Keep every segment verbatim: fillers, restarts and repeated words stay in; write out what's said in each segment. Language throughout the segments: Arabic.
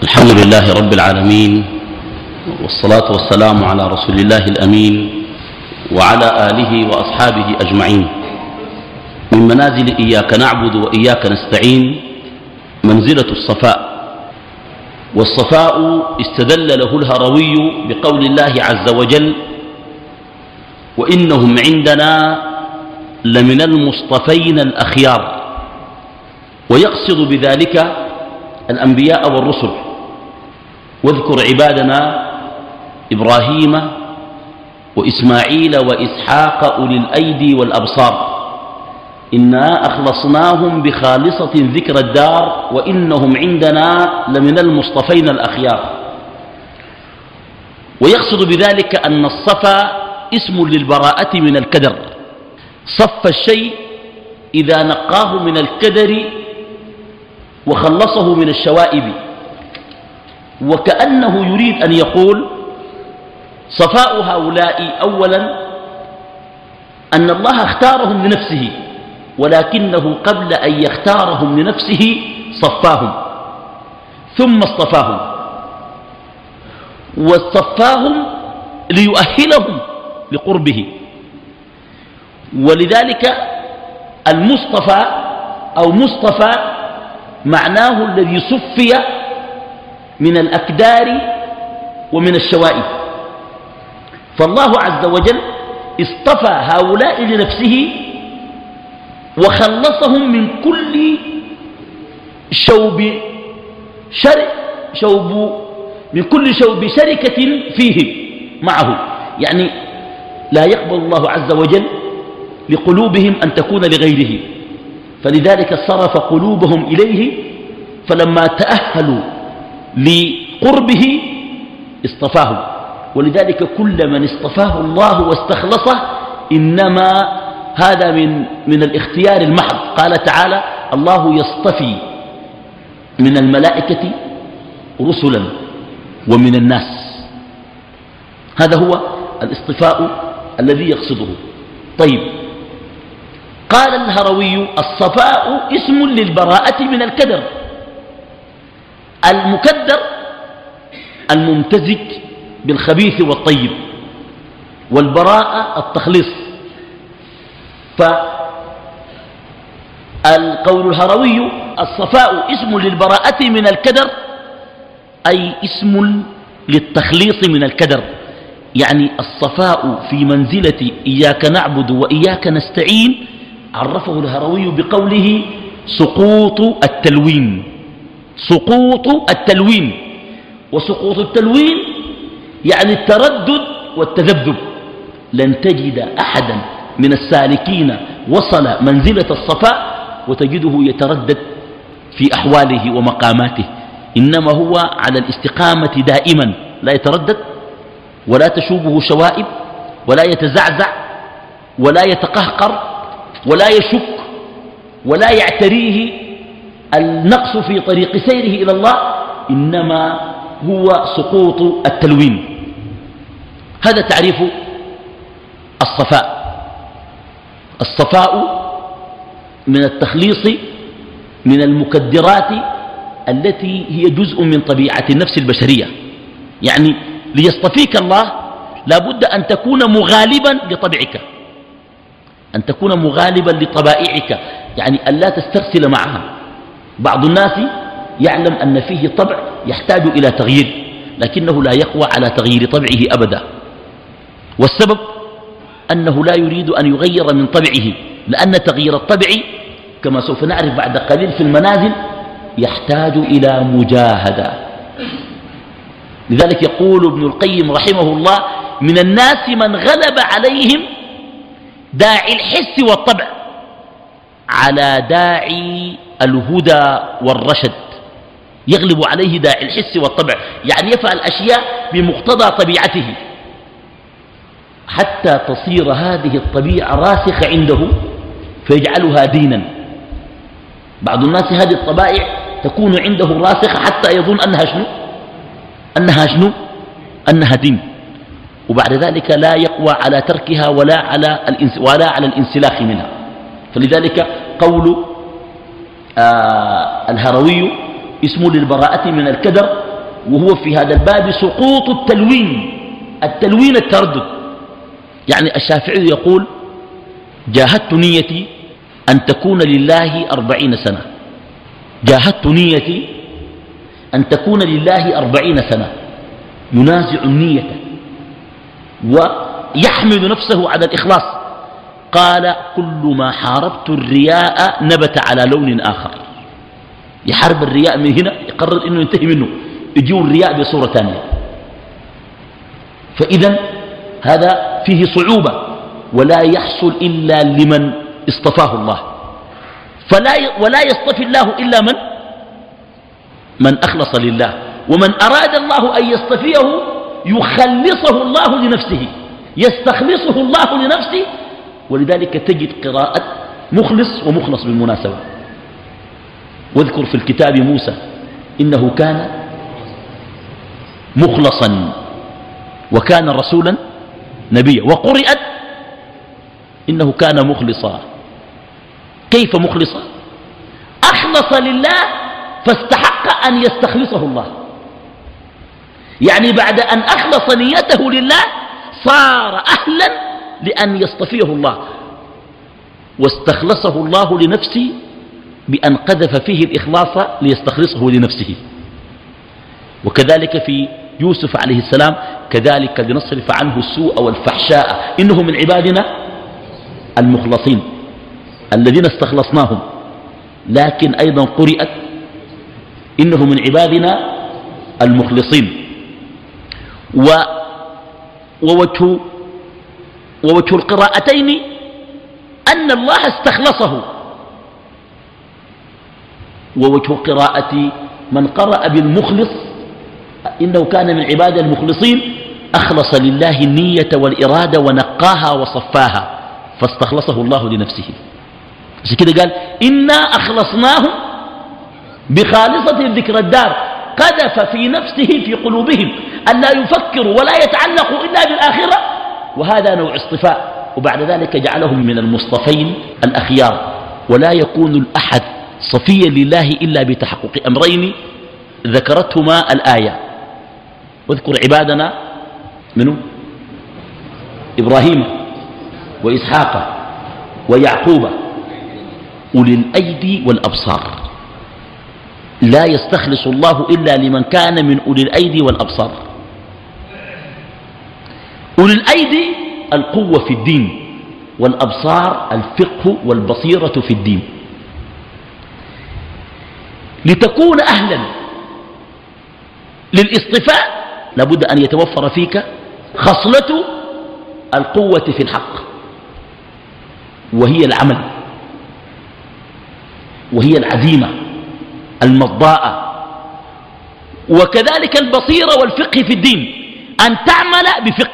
الحمد لله رب العالمين، والصلاة والسلام على رسول الله الأمين وعلى آله وأصحابه أجمعين. من منازل إياك نعبد وإياك نستعين منزلة الصفاء، والصفاء استدل له الهروي بقول الله عز وجل: وإنهم عندنا لمن المصطفين الأخيار، ويقصد بذلك الأنبياء والرسل. واذكر عبادنا إبراهيم وإسماعيل وإسحاق أولي الأيدي والأبصار، إنا أخلصناهم بخالصة ذكر الدار وإنهم عندنا لمن المصطفين الأخيار. ويقصد بذلك أن الصفا اسم للبراءة من الكدر، صف الشيء إذا نقاه من الكدر وخلصه من الشوائب، وكأنه يريد أن يقول صفاء هؤلاء أولا أن الله اختارهم لنفسه، ولكنه قبل أن يختارهم لنفسه صفاهم ثم اصطفاهم، واصطفاهم ليؤهلهم لقربه. ولذلك المصطفى أو مصطفى معناه الذي صفي من الأكدار ومن الشوائب. فالله عز وجل اصطفى هؤلاء لنفسه وخلصهم من كل شوب شر شوب من كل شوب شركة فيه معه، يعني لا يقبل الله عز وجل لقلوبهم أن تكون لغيره، فلذلك صرف قلوبهم إليه، فلما تأهلوا لقربه اصطفاهم. ولذلك كل من اصطفاه الله واستخلصه إنما هذا من, من الاختيار المحض. قال تعالى: الله يصطفي من الملائكة رسلا ومن الناس. هذا هو الاصطفاء الذي يقصده. طيب، قال الهروي: الصفاء اسم للبراءة من الكدر. المكدر الممتزج بالخبيث والطيب، والبراءة التخليص. فالقول الهروي: الصفاء اسم للبراءة من الكدر، أي اسم للتخليص من الكدر، يعني الصفاء في منزلة إياك نعبد وإياك نستعين. عرفه الهروي بقوله: سقوط التلوين. سقوط التلوين، وسقوط التلوين يعني التردد والتذبذب. لن تجد أحدا من السالكين وصل منزلة الصفاء وتجده يتردد في أحواله ومقاماته، إنما هو على الاستقامة دائما، لا يتردد ولا تشوبه شوائب ولا يتزعزع ولا يتقهقر ولا يشك ولا يعتريه النقص في طريق سيره إلى الله، إنما هو سقوط التلوين. هذا تعريف الصفاء. الصفاء من التخليص من المكدرات التي هي جزء من طبيعة النفس البشرية. يعني ليصطفيك الله لابد أن تكون مغالبا لطبعك، أن تكون مغالبا لطبائعك، يعني أن لا تسترسل معها. بعض الناس يعلم أن فيه طبع يحتاج إلى تغيير، لكنه لا يقوى على تغيير طبعه أبدا، والسبب أنه لا يريد أن يغير من طبعه، لأن تغيير الطبع كما سوف نعرف بعد قليل في المنازل يحتاج إلى مجاهدة. لذلك يقول ابن القيم رحمه الله: من الناس من غلب عليهم داعي الحس والطبع على داعي الهدى والرشد. يغلب عليه داعي الحس والطبع، يعني يفعل الأشياء بمقتضى طبيعته حتى تصير هذه الطبيعة راسخة عنده فيجعلها دينا. بعض الناس هذه الطبائع تكون عنده راسخة حتى يظن أنها شنو أنها شنو أنها دين، وبعد ذلك لا يقوى على تركها ولا على ولا على الانسلاخ منها. فلذلك قول آه الهروي اسم للبراءة من الكدر، وهو في هذا الباب سقوط التلوين. التلوين التردد، يعني الشافعي يقول جاهدت نيتي أن تكون لله أربعين سنة، جاهدت نيتي أن تكون لله أربعين سنة، ينازع النية ويحمل نفسه على الإخلاص. قال كل ما حاربت الرياء نبت على لون آخر. يحارب الرياء من هنا يقرر أنه ينتهي منه، يجيو الرياء بصورة ثانية. فإذا هذا فيه صعوبة، ولا يحصل إلا لمن اصطفاه الله، فلا ولا يصطفي الله إلا من من أخلص لله. ومن أراد الله أن يصطفيه يخلصه الله لنفسه، يستخلصه الله لنفسه. ولذلك تجد قراءة مخلص ومخلص بالمناسبة. واذكر في الكتاب موسى إنه كان مخلصا وكان رسولا نبيا، وقرئت إنه كان مخلصا. كيف مخلصا؟ أخلص لله فاستحق أن يستخلصه الله. يعني بعد أن أخلص نيته لله صار أهلا لأن يصطفيه الله، واستخلصه الله لنفسه بأن قذف فيه الإخلاص ليستخلصه لنفسه. وكذلك في يوسف عليه السلام كذلك لنصرف عنه السوء والفحشاء إنه من عبادنا المخلصين الذين استخلصناهم. لكن أيضا قرئت إنه من عبادنا المخلصين. و ووجه, ووجه القراءتين أن الله استخلصه. ووجه قراءة من قرأ بالمخلص إنه كان من عباد المخلصين أخلص لله النية والإرادة ونقاها وصفاها فاستخلصه الله لنفسه. عشان كده قال إنا أخلصناهم بخالصة ذكر الدار قذف في نفسه في قلوبهم أن لا يفكروا ولا يتعلقوا إلا بالآخرة، وهذا نوع اصطفاء. وبعد ذلك جعلهم من المصطفين الأخيار. ولا يكون الأحد صفيا لله إلا بتحقق أمرين ذكرتهما الآية. واذكر عبادنا منه إبراهيم وإسحاق ويعقوب أولي الأيدي والأبصار. لا يستخلص الله إلا لمن كان من أولي الأيدي والأبصار. أولي الأيدي القوة في الدين، والأبصار الفقه والبصيرة في الدين. لتكون أهلا للاصطفاء لابد أن يتوفر فيك خصلة القوة في الحق، وهي العمل، وهي العزيمة المضاءة، وكذلك البصيرة والفقه في الدين، أن تعمل بفقه.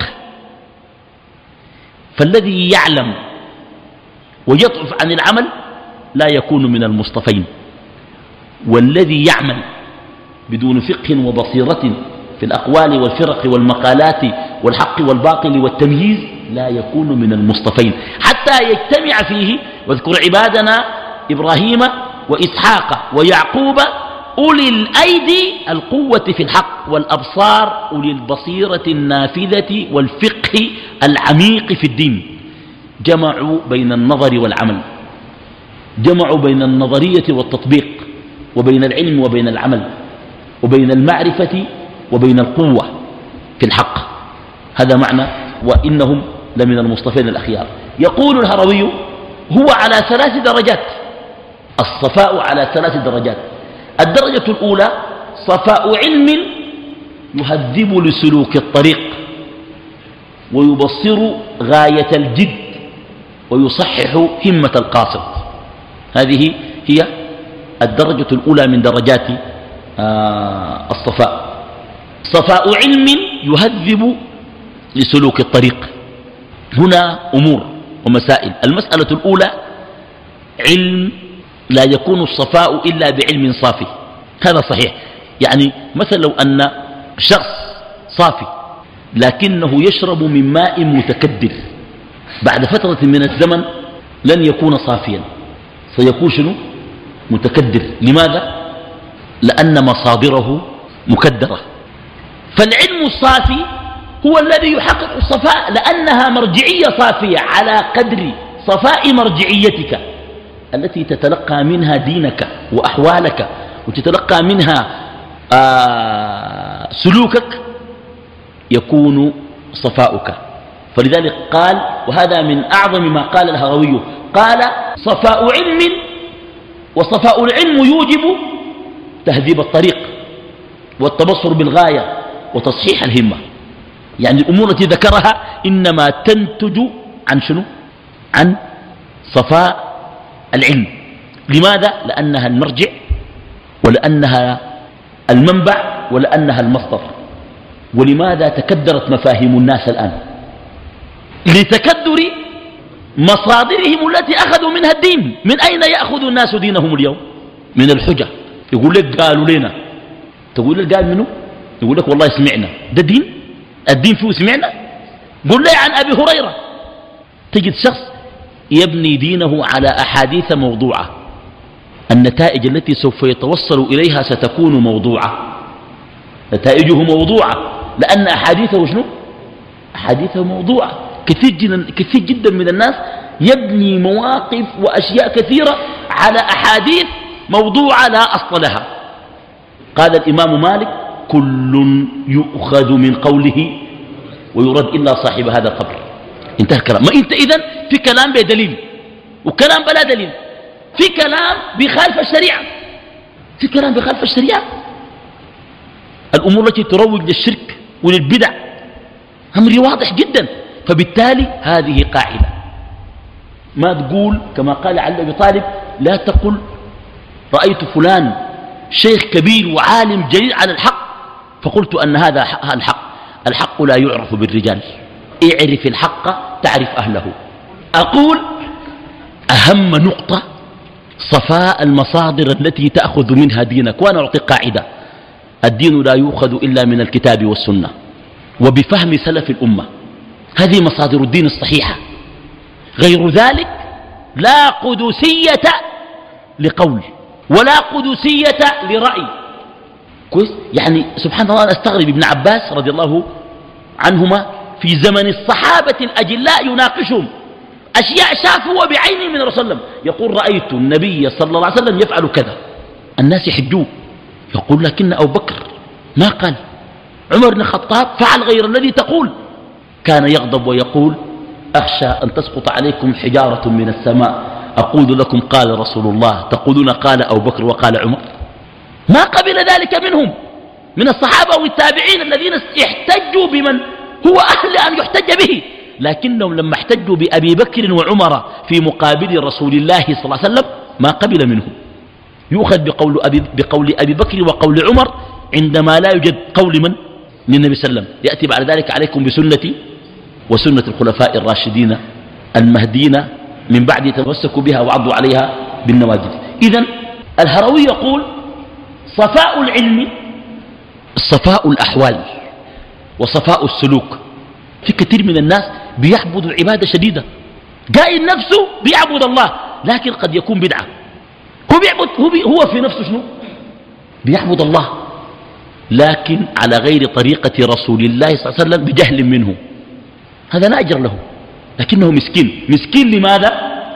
فالذي يعلم ويضعف عن العمل لا يكون من المصطفين، والذي يعمل بدون فقه وبصيرة في الأقوال والفرق والمقالات والحق والباطل والتمييز لا يكون من المصطفين حتى يجتمع فيه. واذكر عبادنا إبراهيم وإسحاق ويعقوب أولي الأيدي القوة في الحق، والأبصار أولي البصيرة النافذة والفقه العميق في الدين. جمعوا بين النظر والعمل، جمعوا بين النظرية والتطبيق، وبين العلم وبين العمل، وبين المعرفة وبين القوة في الحق. هذا معنى وإنهم لمن المصطفين الأخيار. يقول الهروي هو على ثلاث درجات، الصفاء على ثلاث درجات. الدرجة الأولى صفاء علم يهذب لسلوك الطريق ويبصر غاية الجد ويصحح همة القاصد. هذه هي الدرجة الأولى من درجات آه الصفاء. صفاء علم يهذب لسلوك الطريق. هنا أمور ومسائل. المسألة الأولى علم لا يكون الصفاء إلا بعلم صافي، هذا صحيح. يعني مثلا لو أن شخص صافي لكنه يشرب من ماء متكدر، بعد فترة من الزمن لن يكون صافيا، سيكون شنو؟ متكدر. لماذا؟ لأن مصادره مكدرة. فالعلم الصافي هو الذي يحقق الصفاء، لأنها مرجعية صافية على قدر صفاء مرجعيتك التي تتلقى منها دينك وأحوالك وتتلقى منها آه سلوكك يكون صفاؤك. فلذلك قال، وهذا من أعظم ما قال الهروي، قال صفاء علم، وصفاء العلم يوجب تهذيب الطريق والتبصر بالغاية وتصحيح الهمة. يعني الأمور التي ذكرها إنما تنتج عن شنو؟ عن صفاء العلم. لماذا؟ لأنها المرجع ولأنها المنبع ولأنها المصدر. ولماذا تكدرت مفاهيم الناس الآن؟ لتكدر مصادرهم التي أخذوا منها الدين. من أين يأخذ الناس دينهم اليوم؟ من الحجة. يقول لك قالوا لنا، تقول لك قال منه؟ يقول لك والله سمعنا. ده دين؟ الدين فيه سمعنا؟ قل لي عن أبي هريرة. تجد شخص يبني دينه على أحاديث موضوعة، النتائج التي سوف يتوصل إليها ستكون موضوعة، نتائجه موضوعة، لأن أحاديثه شنو؟ أحاديثه موضوعة. كثير جدا, كثير جدا من الناس يبني مواقف وأشياء كثيرة على أحاديث موضوعة لا أصل لها. قال الإمام مالك: كل يؤخذ من قوله ويرد إلا صاحب هذا القبر. انتهى الكلام. ما انت إذن في كلام بدليل وكلام بلا دليل، في كلام بخالف الشريعة، في كلام بخالف الشريعة. الأمور التي تروج للشرك وللبدع أمر واضح جدا. فبالتالي هذه قاعدة، ما تقول كما قال علي بن أبي طالب: لا تقل رأيت فلان شيخ كبير وعالم جليل على الحق فقلت أن هذا الحق. الحق لا يعرف بالرجال، اعرف الحق تعرف أهله. أقول أهم نقطة صفاء المصادر التي تأخذ منها دينك. وأنا أعطي قاعدة: الدين لا يؤخذ إلا من الكتاب والسنة وبفهم سلف الأمة. هذه مصادر الدين الصحيحة. غير ذلك لا قدسية لقول ولا قدسية لرأي. كويس؟ يعني سبحان الله، أنا أستغرب ابن عباس رضي الله عنهما في زمن الصحابة الأجلاء يناقشهم أشياء شافوا بعينه من رسول الله، يقول: رأيت النبي صلى الله عليه وسلم يفعل كذا. الناس يحجوه، يقول: لكن أبو بكر ما قال، عمر بن الخطاب فعل غير الذي تقول. كان يغضب ويقول: أخشى أن تسقط عليكم حجارة من السماء أقول لكم قال رسول الله تقولون قال أبو بكر وقال عمر. ما قبل ذلك منهم، من الصحابة والتابعين الذين احتجوا بمن هو أهل أن يحتج به، لكنهم لما احتجوا بأبي بكر وعمر في مقابل رسول الله صلى الله عليه وسلم ما قبل منهم. يؤخذ بقول أبي, بقول أبي بكر وقول عمر عندما لا يوجد قول من من النبي صلى الله عليه وسلم. يأتي بعد ذلك: عليكم بسنتي وسنة الخلفاء الراشدين المهديين من بعد تمسكوا بها وعضوا عليها بالنواجذ. إذن الهروي يقول: صفاء العلم صفاء الأحوال وصفاء السلوك. في كثير من الناس بيعبدوا عبادة شديدة، قائل نفسه بيعبد الله لكن قد يكون بدعة. هو بيعبد، هو, بي هو في نفسه شنو؟ بيعبد الله لكن على غير طريقة رسول الله صلى الله عليه وسلم بجهل منه. هذا لا أجر له، لكنه مسكين. مسكين لماذا؟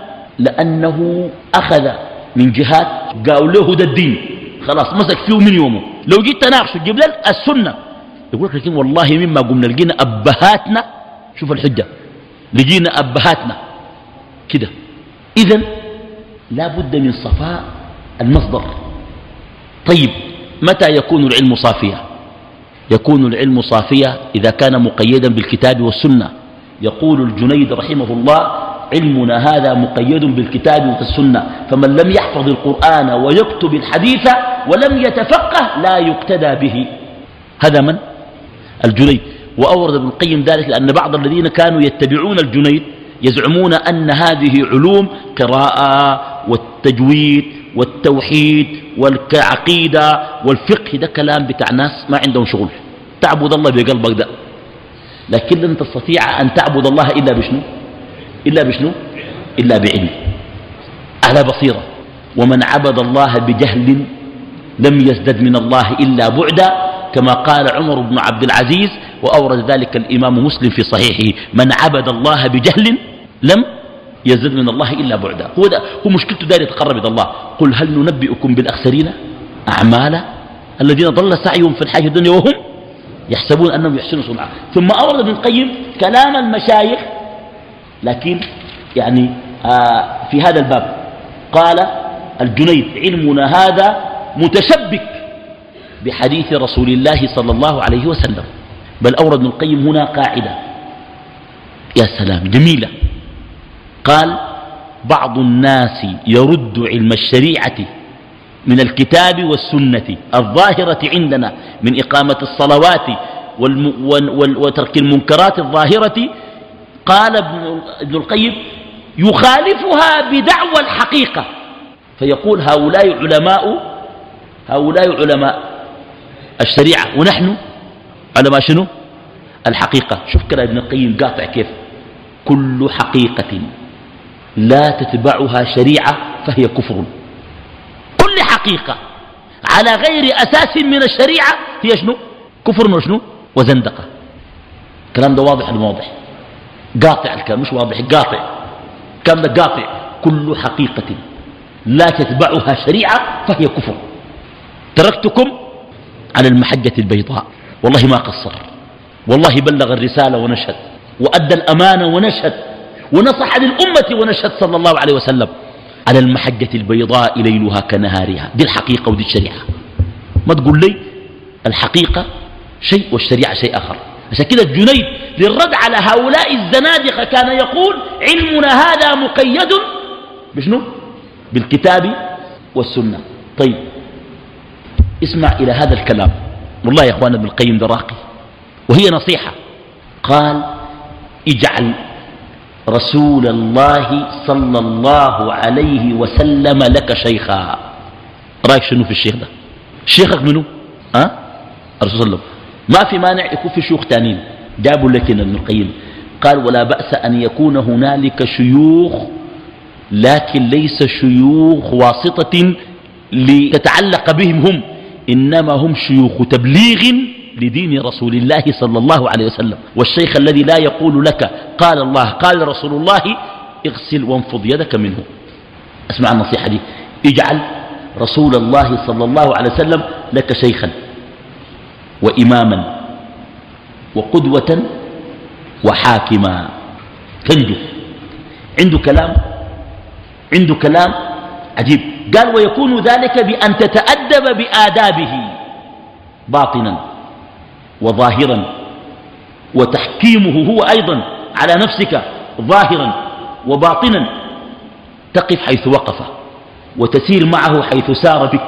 لأنه أخذ من جهات قالوا له ده الدين، خلاص مسك فيه من يومه. لو جيت تناقشه تجيب لك السنة يقول لك: لكن والله مما قمنا لقينا أبهاتنا، شوف الحجة، لقينا أبهاتنا كده. إذن لا بد من صفاء المصدر. طيب، متى يكون العلم صافيا؟ يكون العلم صافيا إذا كان مقيدا بالكتاب والسنة. يقول الجنيد رحمه الله: علمنا هذا مقيد بالكتاب والسنة، فمن لم يحفظ القرآن ويكتب الحديث ولم يتفقه لا يقتدى به. هذا من؟ الجنيد. وأورد ابن القيم ذلك لأن بعض الذين كانوا يتبعون الجنيد يزعمون أن هذه علوم قراءة والتجويد والتوحيد والعقيدة والفقه ده كلام بتاع ناس ما عندهم شغل. تعبد الله بقلبك ده، لكن لن تستطيع أن تعبد الله إلا بشنو؟ إلا بشنو؟ إلا بعلم على بصيرة. ومن عبد الله بجهل لم يزدد من الله إلا بعدا كما قال عمر بن عبد العزيز، وأورد ذلك الإمام مسلم في صحيحه: من عبد الله بجهل لم يزد من الله إلا بعدا. هو, هو مشكلته داير يتقرب إلى الله. قل هل ننبئكم بالأخسرين أعمالا الذين ضل سعيهم في الحياة الدنيا وهم يحسبون أنهم يحسنون صنعا. ثم أورد ابن القيم كلام المشايخ، لكن يعني آه في هذا الباب قال الجنيد: علمنا هذا متشبك بحديث رسول الله صلى الله عليه وسلم. بل أورد ابن القيم هنا قاعدة يا سلام جميلة، قال: بعض الناس يرد علم الشريعة من الكتاب والسنة الظاهرة عندنا من إقامة الصلوات وترك المنكرات الظاهرة، قال ابن القيم: يخالفها بدعوى الحقيقة، فيقول هؤلاء علماء هؤلاء علماء الشريعة ونحن علماء شنو؟ الحقيقة. شوف كلام ابن القيم قاطع كيف: كل حقيقة لا تتبعها شريعة فهي كفر. كل حقيقة على غير أساس من الشريعة هي شنو؟ كفر وشنو؟ وزندقة. الكلام ده واضح المواضح، قاطع الكلام، مش واضح، قاطع الكلام ده قاطع. كل حقيقة لا تتبعها شريعة فهي كفر. تركتكم على المحجة البيضاء، والله ما قصر، والله بلغ الرسالة ونشهد، وأدى الأمانة ونشهد، ونصح للأمة ونشهد صلى الله عليه وسلم على المحجة البيضاء ليلها كنهارها. دي الحقيقة ودي الشريعة. ما تقول لي الحقيقة شيء والشريعة شيء آخر. عشان كده الجنيد للرد على هؤلاء الزنادقة كان يقول: علمنا هذا مقيد بشنو؟ بالكتاب والسنة. طيب اسمع إلى هذا الكلام، والله يا أخوانا ابن القيم ده راقي، وهي نصيحة. قال: اجعل رسول الله صلى الله عليه وسلم لك شيخا. رأيك شنو في الشيخ ده؟ شيخك منه؟ أه؟ الرسول صلى الله عليه وسلم. ما في مانع يكون في شيوخ تانين. جابوا لك ابن القيم قال: ولا بأس أن يكون هنالك شيوخ، لكن ليس شيوخ واسطة لتتعلق بهم هم، إنما هم شيوخ تبليغ لدين رسول الله صلى الله عليه وسلم. والشيخ الذي لا يقول لك قال الله قال رسول الله اغسل وانفض يدك منه. اسمع النصيحة دي: اجعل رسول الله صلى الله عليه وسلم لك شيخا وإماما وقدوة وحاكما تنجو. عنده كلام عنده كلام عجيب. قال: ويكون ذلك بأن تتأدب بآدابه باطنا وظاهرا، وتحكيمه هو أيضا على نفسك ظاهرا وباطنا، تقف حيث وقف وتسير معه حيث سار بك،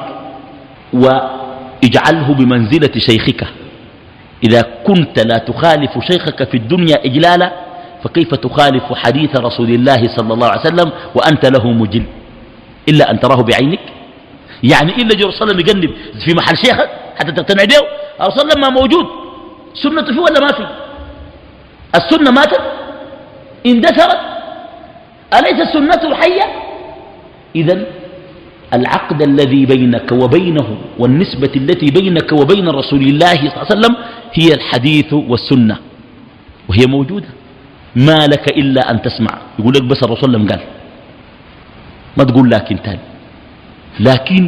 واجعله بمنزلة شيخك. إذا كنت لا تخالف شيخك في الدنيا إجلالا، فكيف تخالف حديث رسول الله صلى الله عليه وسلم وأنت له مجل؟ إلا أن تراه بعينك، يعني إلا جرى صلى الله عليه وسلم يجنب في محل شيخك حتى تقتنع به. الرسول صلى الله عليه وسلم ما موجود، سنة فيه ولا ما فيه؟ السنة ماتت اندثرت، أليس سنته حية؟ إذن العقد الذي بينك وبينه والنسبة التي بينك وبين رسول الله صلى الله عليه وسلم هي الحديث والسنة، وهي موجودة. ما لك إلا أن تسمع. يقول لك بس الرسول صلى الله عليه وسلم قال، ما تقول لكن تاني. لكن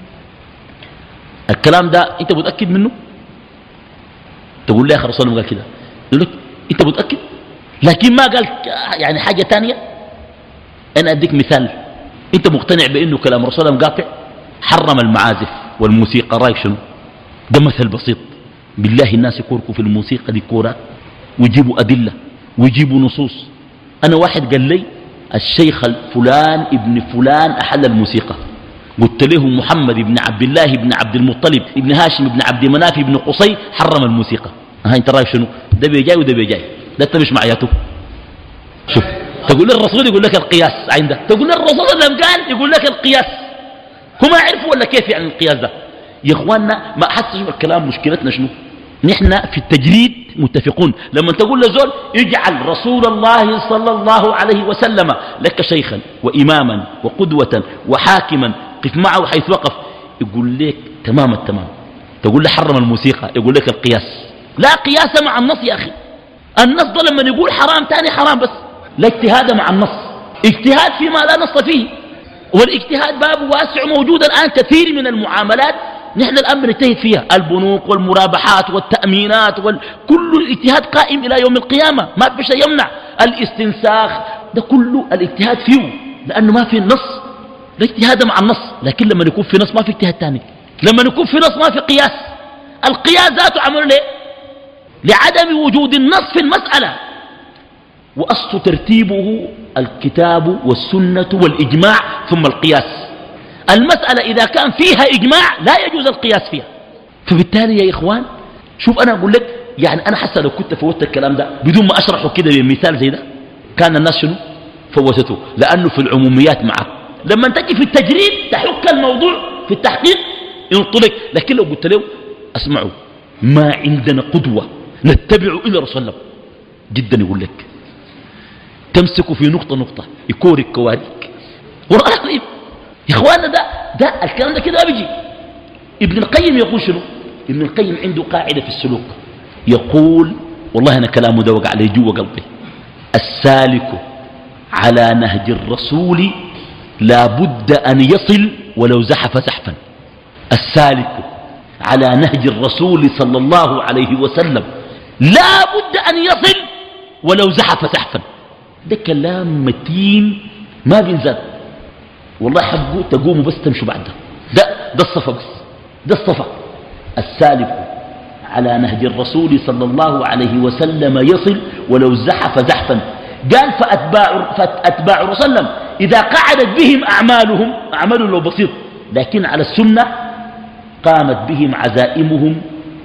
الكلام ده أنت متأكد منه؟ تقول لي يا أخي الرسول قال كده، يقول لك أنت متأكد؟ لكن ما قال يعني حاجة تانية. أنا أديك مثال، أنت مقتنع بأنه كلام الرسول قاطع؟ حرم المعازف والموسيقى، رأيك شنو؟ ده مثل بسيط. بالله الناس يكوركوا في الموسيقى دي كورات ويجيبوا أدلة ويجيبوا نصوص. أنا واحد قال لي الشيخ الفلان ابن فلان أحل الموسيقى، قلت له محمد بن عبد الله بن عبد المطلب ابن هاشم بن عبد مناف بن قصي حرم الموسيقى. ها انت رايك شنو؟ ده بيجاي وده بيجاي، ده انت مش معياته. شوف، تقول الرسول يقول لك القياس عنده، تقول الرسول لما قال يقول لك القياس. هم يعرفوا ولا كيف يعني القياس ده؟ يا اخواننا ما حسش الكلام. مشكلتنا شنو؟ نحن في التجريد متفقون. لما تقول لزول اجعل رسول الله صلى الله عليه وسلم لك شيخا وإماما وقدوة وحاكما، قف معه حيث وقف، يقول لك تمام التمام. تقول له حرم الموسيقى، يقول لك القياس. لا قياس مع النص يا أخي. النص ده لما يقول حرام تاني حرام، بس لا اجتهاد مع النص. اجتهاد فيما لا نص فيه، والاجتهاد باب واسع موجود الآن. كثير من المعاملات نحن الآن بنجتهد فيها، البنوك والمرابحات والتأمينات وال... كل الاجتهاد قائم إلى يوم القيامة، ما في شيء يمنع. الاستنساخ ده كله الاجتهاد فيه، لأنه ما في النص، لا اجتهاد مع النص. لكن لما يكون في نص ما في اجتهاد تاني، لما يكون في نص ما في قياس. القياس ذاته عمله ليه؟ لعدم وجود النص في المسألة، وأصل ترتيبه الكتاب والسنة والإجماع ثم القياس. المسألة إذا كان فيها إجماع لا يجوز القياس فيها. فبالتالي يا إخوان شوف أنا أقول لك، يعني أنا حاسة لو كنت فوتت الكلام ده بدون ما أشرحه كده بمثال زي ده كان الناس شنو فوتته، لأنه في العموميات معك. لما تجي في التجريد تحك الموضوع في التحقيق ينطلق. لكن لو قلت له اسمعوا ما عندنا قدوة نتبع إلى رسول الله جدا، يقول لك تمسكوا في نقطة نقطة يكورك كواريك والله العظيم يا إخوانا. ده ده الكلام ده كده بيجي. ابن القيم يقول شنو؟ ابن القيم عنده قاعدة في السلوك يقول، والله أنا كلامه ده وقع علي جوا قلبي، السالك على نهج الرسول لا بد أن يصل ولو زحف زحفا. السالك على نهج الرسول صلى الله عليه وسلم لا بد أن يصل ولو زحف زحفا. ده كلام متين ما بينزل، والله حقه تقوموا بس تمشوا بعده. ده ده الصفا، بس ده الصفا. السالك على نهج الرسول صلى الله عليه وسلم يصل ولو زحف زحفا. قال فأتباع, فأتباع رسول إذا قعدت بهم أعمالهم، أعمالهم لو بسيط لكن على السنة قامت بهم عزائمهم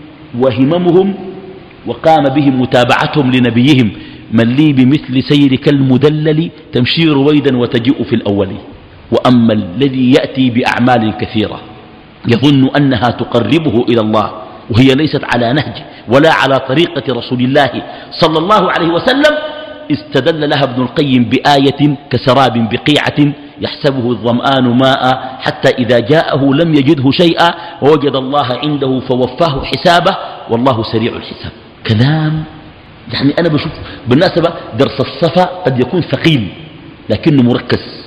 وهممهم، وقام بهم متابعتهم لنبيهم. من لي بمثل سيرك المدلل تمشي رويدا وتجيء في الأول. وأما الذي يأتي بأعمال كثيرة يظن أنها تقربه إلى الله وهي ليست على نهج ولا على طريقة رسول الله صلى الله عليه وسلم، استدل لها ابن القيم بآية كسراب بقيعة يحسبه الظمآن ماء حتى إذا جاءه لم يجده شيئا ووجد الله عنده فوفاه حسابه والله سريع الحساب. كلام يعني أنا بشوف بالناسبة درس الصفا قد يكون ثقيل لكنه مركز،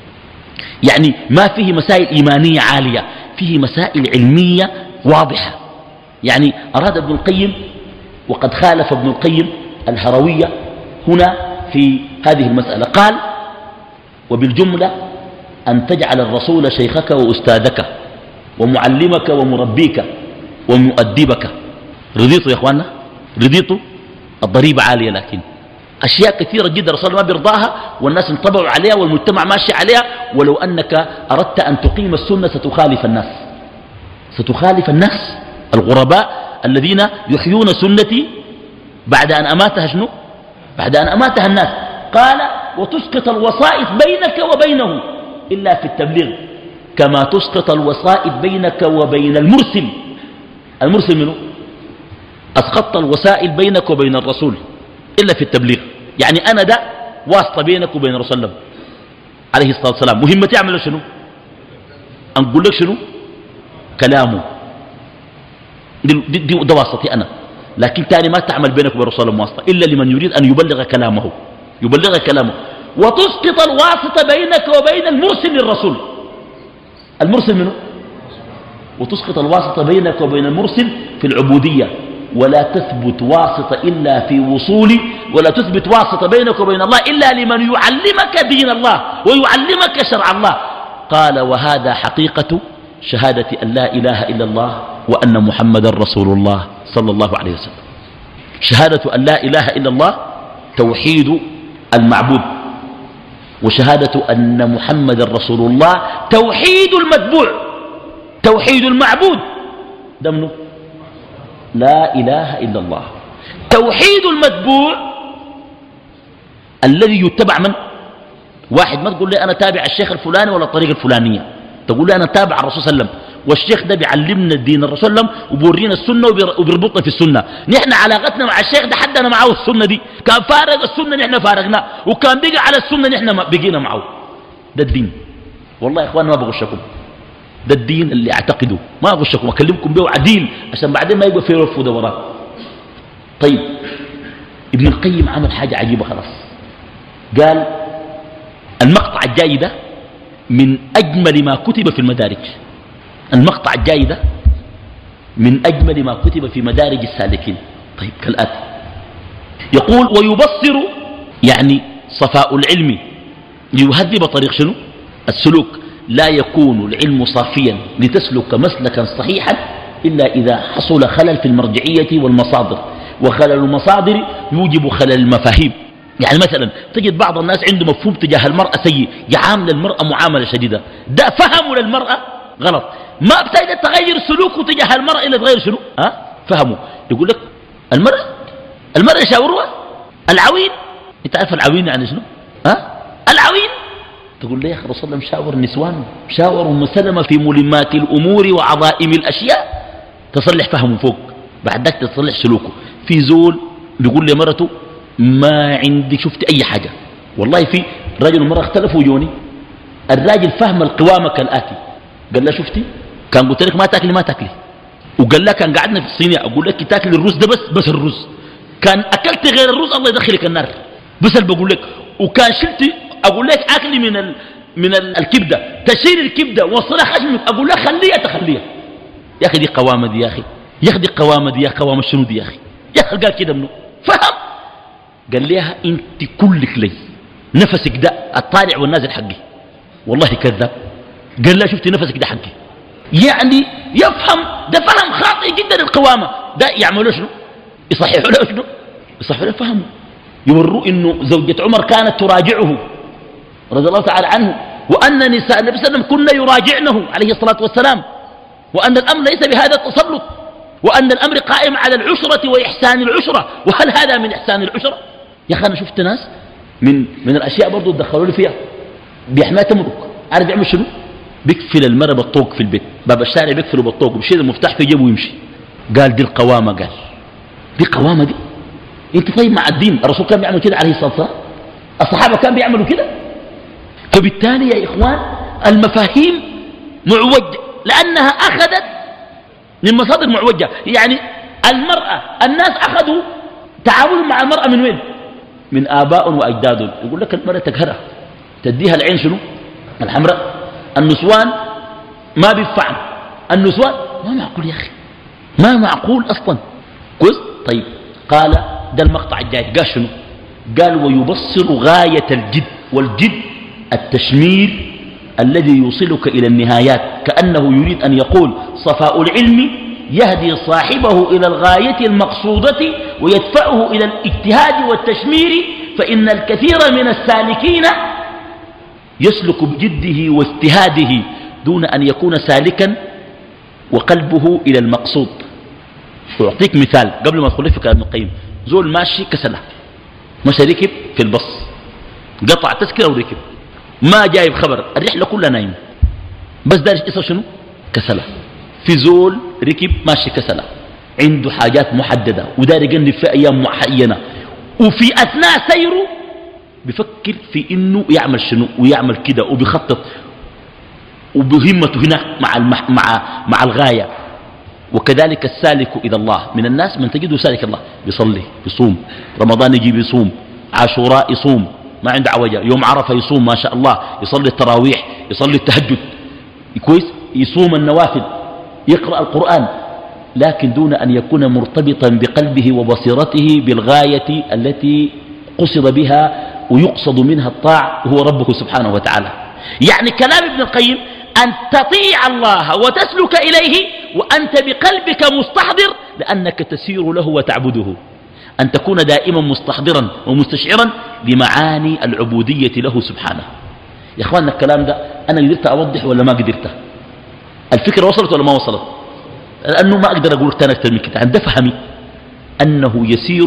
يعني ما فيه مسائل إيمانية عالية، فيه مسائل علمية واضحة. يعني أراد ابن القيم وقد خالف ابن القيم الهروية هنا في هذه المسألة. قال وبالجملة أن تجعل الرسول شيخك وأستاذك ومعلمك ومربيك ومؤدبك. رضيتوا يا أخوانا؟ رضيتوا؟ الضريبة عالية، لكن أشياء كثيرة جدا الرسول ما بيرضاها والناس انطبعوا عليها والمجتمع ماشي عليها. ولو أنك أردت أن تقيم السنة ستخالف الناس، ستخالف الناس الغرباء الذين يحيون سنتي بعد أن أماتها شنو؟ بعد أن أماتها الناس. قال وتسقط الوسائط بينك وبينه إلا في التبليغ كما تسقط الوسائط بينك وبين المرسل. المرسل منه؟ أسقطت الوسائل بينك وبين الرسول إلا في التبليغ. يعني أنا ده واسطة بينك وبين رسول الله عليه الصلاة والسلام. مهمتي أعمل شنو؟ أنقول لك شنو؟ كلامه دي, دي, دي ده واسطتي أنا، لكن تاني ما تعمل بينك وبين رسول الله واسطة إلا لمن يريد أن يبلغ كلامه، يبلغ كلامه. وتسقط الواسطة بينك وبين المرسل للرسول. المرسل منه؟ وتسقط الواسطة بينك وبين المرسل في العبودية. ولا تثبت واسطة إلا في وصول، ولا تثبت واسطة بينك وبين الله إلا لمن يعلمك دين الله ويعلمك شرع الله. قال وهذا حقيقة شهادة أن لا إله إلا الله وأن محمد رسول الله صلى الله عليه وسلم. شهادة أن لا إله إلا الله توحيد المعبود، وشهادة أن محمد رسول الله توحيد المتبوع. توحيد المعبود ده منه لا إله إلا الله. توحيد المتبوع الذي يتبع من؟ واحد ما تقول لي أنا تابع الشيخ الفلاني ولا الطريقة الفلانية، تقول لي أنا تابع الرسول صلى الله عليه وسلم والشيخ ده بيعلمنا الدين الرسول صلى الله عليه وسلم وبورينا السنة وبيربطنا في السنة. نحن علاقتنا مع الشيخ ده حدنا معه السنة دي، كان فارق السنة نحن فارقنا، وكان بقى على السنة نحن بقينا معه. ده الدين. والله يا إخوان ما بغشكم، ده الدين اللي اعتقده، ما أغشكم أكلمكم به عديل عشان بعدين ما يبقى في رف ودوران. طيب ابن القيم عمل حاجة عجيبة خلاص، قال المقطع الجاي ده من أجمل ما كتب في المدارج. المقطع الجاي ده من أجمل ما كتب في مدارج السالكين. طيب كالآتي، يقول ويبصر يعني صفاء العلم ليهذب طريق شنو السلوك. لا يكون العلم صافيا لتسلك مسلكا صحيحا إلا إذا حصل خلل في المرجعية والمصادر، وخلل المصادر يوجب خلل المفاهيم. يعني مثلا تجد بعض الناس عنده مفهوم تجاه المرأة سيء، يعامل المرأة معاملة شديدة، ده فهمه للمرأة غلط، ما بتجد تغير سلوكه تجاه المرأة إلا تغير شنو ها فهمه. يقول لك المرأة المرأة يشاورها العوين، انت عارف العوين يعني شنو ها العوين، تقول لي يا اخي الرسول الله مشاور النسوان، شاور ام سلمة في ملمات الامور وعظائم الاشياء، تصلح فهمه فوق، بعد ذاك تصلح سلوكه. في زول بيقول لي مرته ما عندي شفت اي حاجه، والله في رجل ومرأة اختلفوا جوني، الراجل فهم القوامه كالاتي، قال له شفتي كان قلت لك ما تاكلي ما تاكلي، وقال لها كان قعدنا في الصينيه اقول لك تاكلي الرز ده بس بس الرز، كان اكلت غير الرز الله يدخلك النار، بس اللي بقول لك، وكان شلت اقول لك اكلي من ال... من ال... الكبده، تشيل الكبده وصلها خشمك اقول لك خليها تخليها. يا اخي دي قوامه دي، يا اخي يا اخي دي قوامه دي، يا قوامه شنو دي يا اخي، يا اخي قال كده منه فهم. قال لها انت كلك لي نفسك ده الطالع والنازل حقي، والله كذاب. قال لها شفتي نفسك ده حقي، يعني يفهم ده فهم خاطئ جدا القوامه ده، يعملوا شنو يصححوا له شنو يصححوا له فهمه، يوروا انه زوجة عمر كانت تراجعه رضي الله تعالى عنه، وان نساء النبي صلى الله عليه وسلم كن يراجعنه عليه الصلاه والسلام، وان الامر ليس بهذا التسلط، وان الامر قائم على العشره واحسان العشره، وهل هذا من احسان العشره؟ يا اخي انا شفت ناس من من الاشياء برضه دخلوا لي فيها بيحماها تمرك، عارف يعمل شنو؟ بيقفل المرة بالطوق في البيت، باب الشارع بيقفله بالطوق وبشيل المفتاح في جيبه ويمشي. قال دي القوامه، قال دي قوامه دي. انت طيب مع الدين الرسول كان بيعمل كده عليه الصلاه والسلام؟ الصحابه كانوا بيعملوا كده؟ فبالتالي يا اخوان المفاهيم معوجه لانها اخذت من مصادر معوجه. يعني المراه الناس اخذوا تعاملوا مع المراه من وين؟ من اباء واجداد. يقول لك المراه تقهرها تديها العين شنو الحمراء، النسوان ما بينفعن، النسوان ما معقول يا اخي، ما معقول اصلا. كويس. طيب قال ده المقطع الجاي، قال شنو؟ قال ويبصر غاية الجد، والجد التشمير الذي يوصلك إلى النهايات، كأنه يريد أن يقول صفاء العلم يهدي صاحبه إلى الغاية المقصودة ويدفعه إلى الاجتهاد والتشمير، فإن الكثير من السالكين يسلك بجده واجتهاده دون أن يكون سالكا وقلبه إلى المقصود. أعطيك مثال قبل ما أدخل في كلام ابن القيم. زول ماشي كسله، مشى ركب في البص، قطع تذكرة وركب، ما جايب خبر، الرحلة كلها نايم، بس دارش يصير شنو كسله. في زول ركب ماشي كسله عنده حاجات محددة ودار يقلب في أيام معينة، وفي أثناء سيره بفكر في إنه يعمل شنو ويعمل كده وبيخطط وبهمته هنا مع المح مع مع الغاية. وكذلك السالك إلى الله من الناس من تجده سالك الله، بيصلي بيصوم، رمضان يجي بيصوم، عاشوراء يصوم ما عنده عوجة، يوم عرفة يصوم ما شاء الله، يصلي التراويح، يصلي التهجد كويس، يصوم النوافل، يقرأ القرآن، لكن دون أن يكون مرتبطا بقلبه وبصيرته بالغاية التي قصد بها ويقصد منها الطاعة وهو ربه سبحانه وتعالى. يعني كلام ابن القيم أن تطيع الله وتسلك إليه وأنت بقلبك مستحضر لأنك تسير له وتعبده، أن تكون دائما مستحضرا ومستشعرا لمعاني العبودية له سبحانه. يا أخواننا الكلام ده أنا قدرت أوضح ولا ما قدرت؟ الفكرة وصلت ولا ما وصلت؟ لأنه ما أقدر أقول تاني أكثر من كده. عند فهمي أنه يسير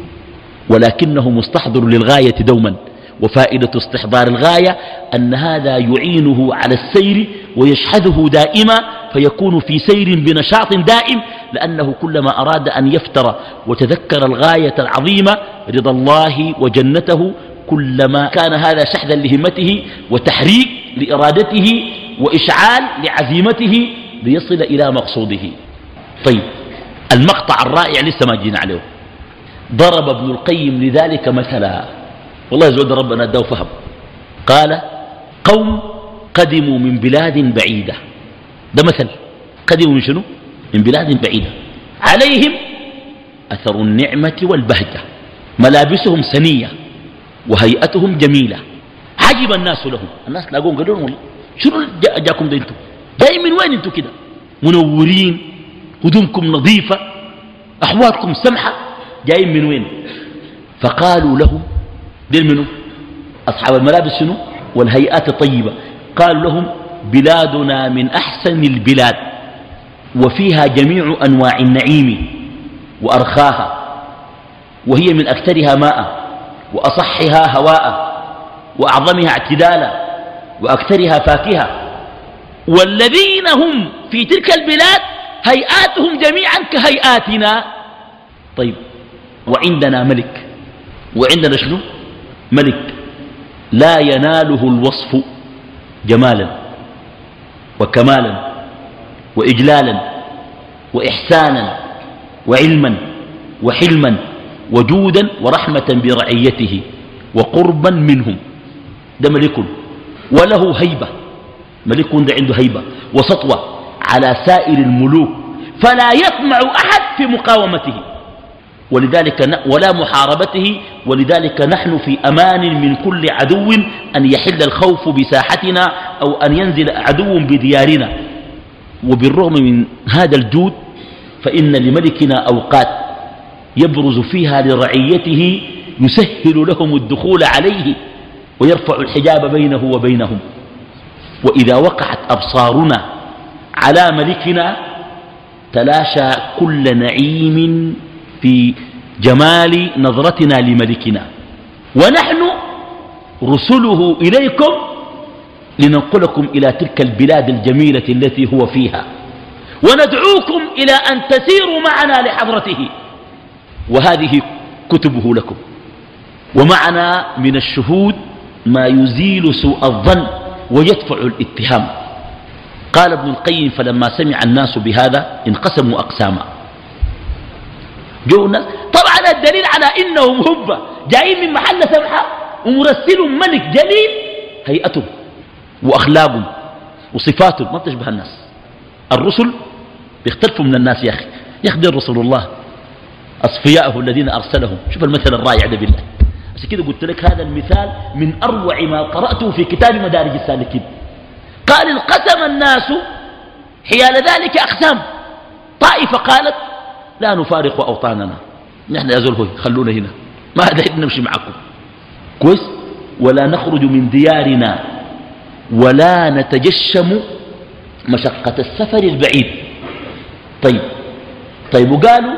ولكنه مستحضر للغاية دوما، وفائدة استحضار الغاية أن هذا يعينه على السير ويشحذه دائما، فيكون في سير بنشاط دائم، لأنه كلما أراد أن يفتر وتذكر الغاية العظيمة رضا الله وجنته كلما كان هذا شحذا لهمته وتحريك لإرادته وإشعال لعزيمته ليصل إلى مقصوده. طيب المقطع الرائع لسه ما جينا عليه. ضرب ابن القيم لذلك مثلا، والله يزود ربنا اداه فهم. قال قوم قدموا من بلاد بعيدة، ده مثل، قدموا من شنو؟ من بلاد بعيدة، عليهم أثر النعمة والبهجة، ملابسهم سنية وهيئتهم جميلة، عجب الناس لهم. الناس لاقون قالوا لهم شنو جاكم ده؟ انتم جايين من وين؟ انتم كده منورين، هدومكم نظيفة، أحوالكم سمحة، جايين من وين؟ فقالوا لهم دير منه أصحاب الملابس شنو والهيئات الطيبة، قالوا لهم بلادنا من أحسن البلاد وفيها جميع أنواع النعيم وأرخاها، وهي من أكثرها ماء وأصحها هواء وأعظمها اعتدالا وأكثرها فاكهة، والذين هم في تلك البلاد هيئاتهم جميعا كهيئاتنا. طيب وعندنا ملك، وعندنا شنو؟ ملك لا يناله الوصف جمالا وكمالا وإجلالا وإحسانا وعلما وحلما وجودا ورحمة برعيته وقربا منهم. ده ملك وله هيبة، ملك ده عنده هيبة وسطوة على سائر الملوك، فلا يطمع أحد في مقاومته ولذلك ولا محاربته، ولذلك نحن في أمان من كل عدو أن يحل الخوف بساحتنا أو أن ينزل عدو بديارنا. وبالرغم من هذا الجود فإن لملكنا أوقات يبرز فيها لرعيته يسهل لهم الدخول عليه ويرفع الحجاب بينه وبينهم. وإذا وقعت أبصارنا على ملكنا تلاشى كل نعيم في جمال نظرتنا لملكنا، ونحن رسله إليكم لننقلكم إلى تلك البلاد الجميلة التي هو فيها، وندعوكم إلى أن تسيروا معنا لحضرته، وهذه كتبه لكم، ومعنا من الشهود ما يزيل سوء الظن ويدفع الاتهام. قال ابن القيم فلما سمع الناس بهذا انقسموا أقساما. جو الناس طبعا الدليل على إنهم هبة جايين من محل سمحة ومرسلهم ملك جليل، هيئتهم وأخلاقهم وصفاتهم ما بتشبه الناس. الرسل بيختلفوا من الناس يا أخي، يخدر رسول الله أصفياءه الذين أرسلهم. شوف المثل الرائع ده بالله. عشان كده قلت لك هذا المثال من أروع ما قرأته في كتاب مدارج السالكين. قال انقسم الناس حيال ذلك أقسام، طائفة قالت لا نفارق أوطاننا، نحن يا زول خلونا هنا، ما هذا نمشي معكم كويس، ولا نخرج من ديارنا ولا نتجشم مشقة السفر البعيد. طيب طيب وقالوا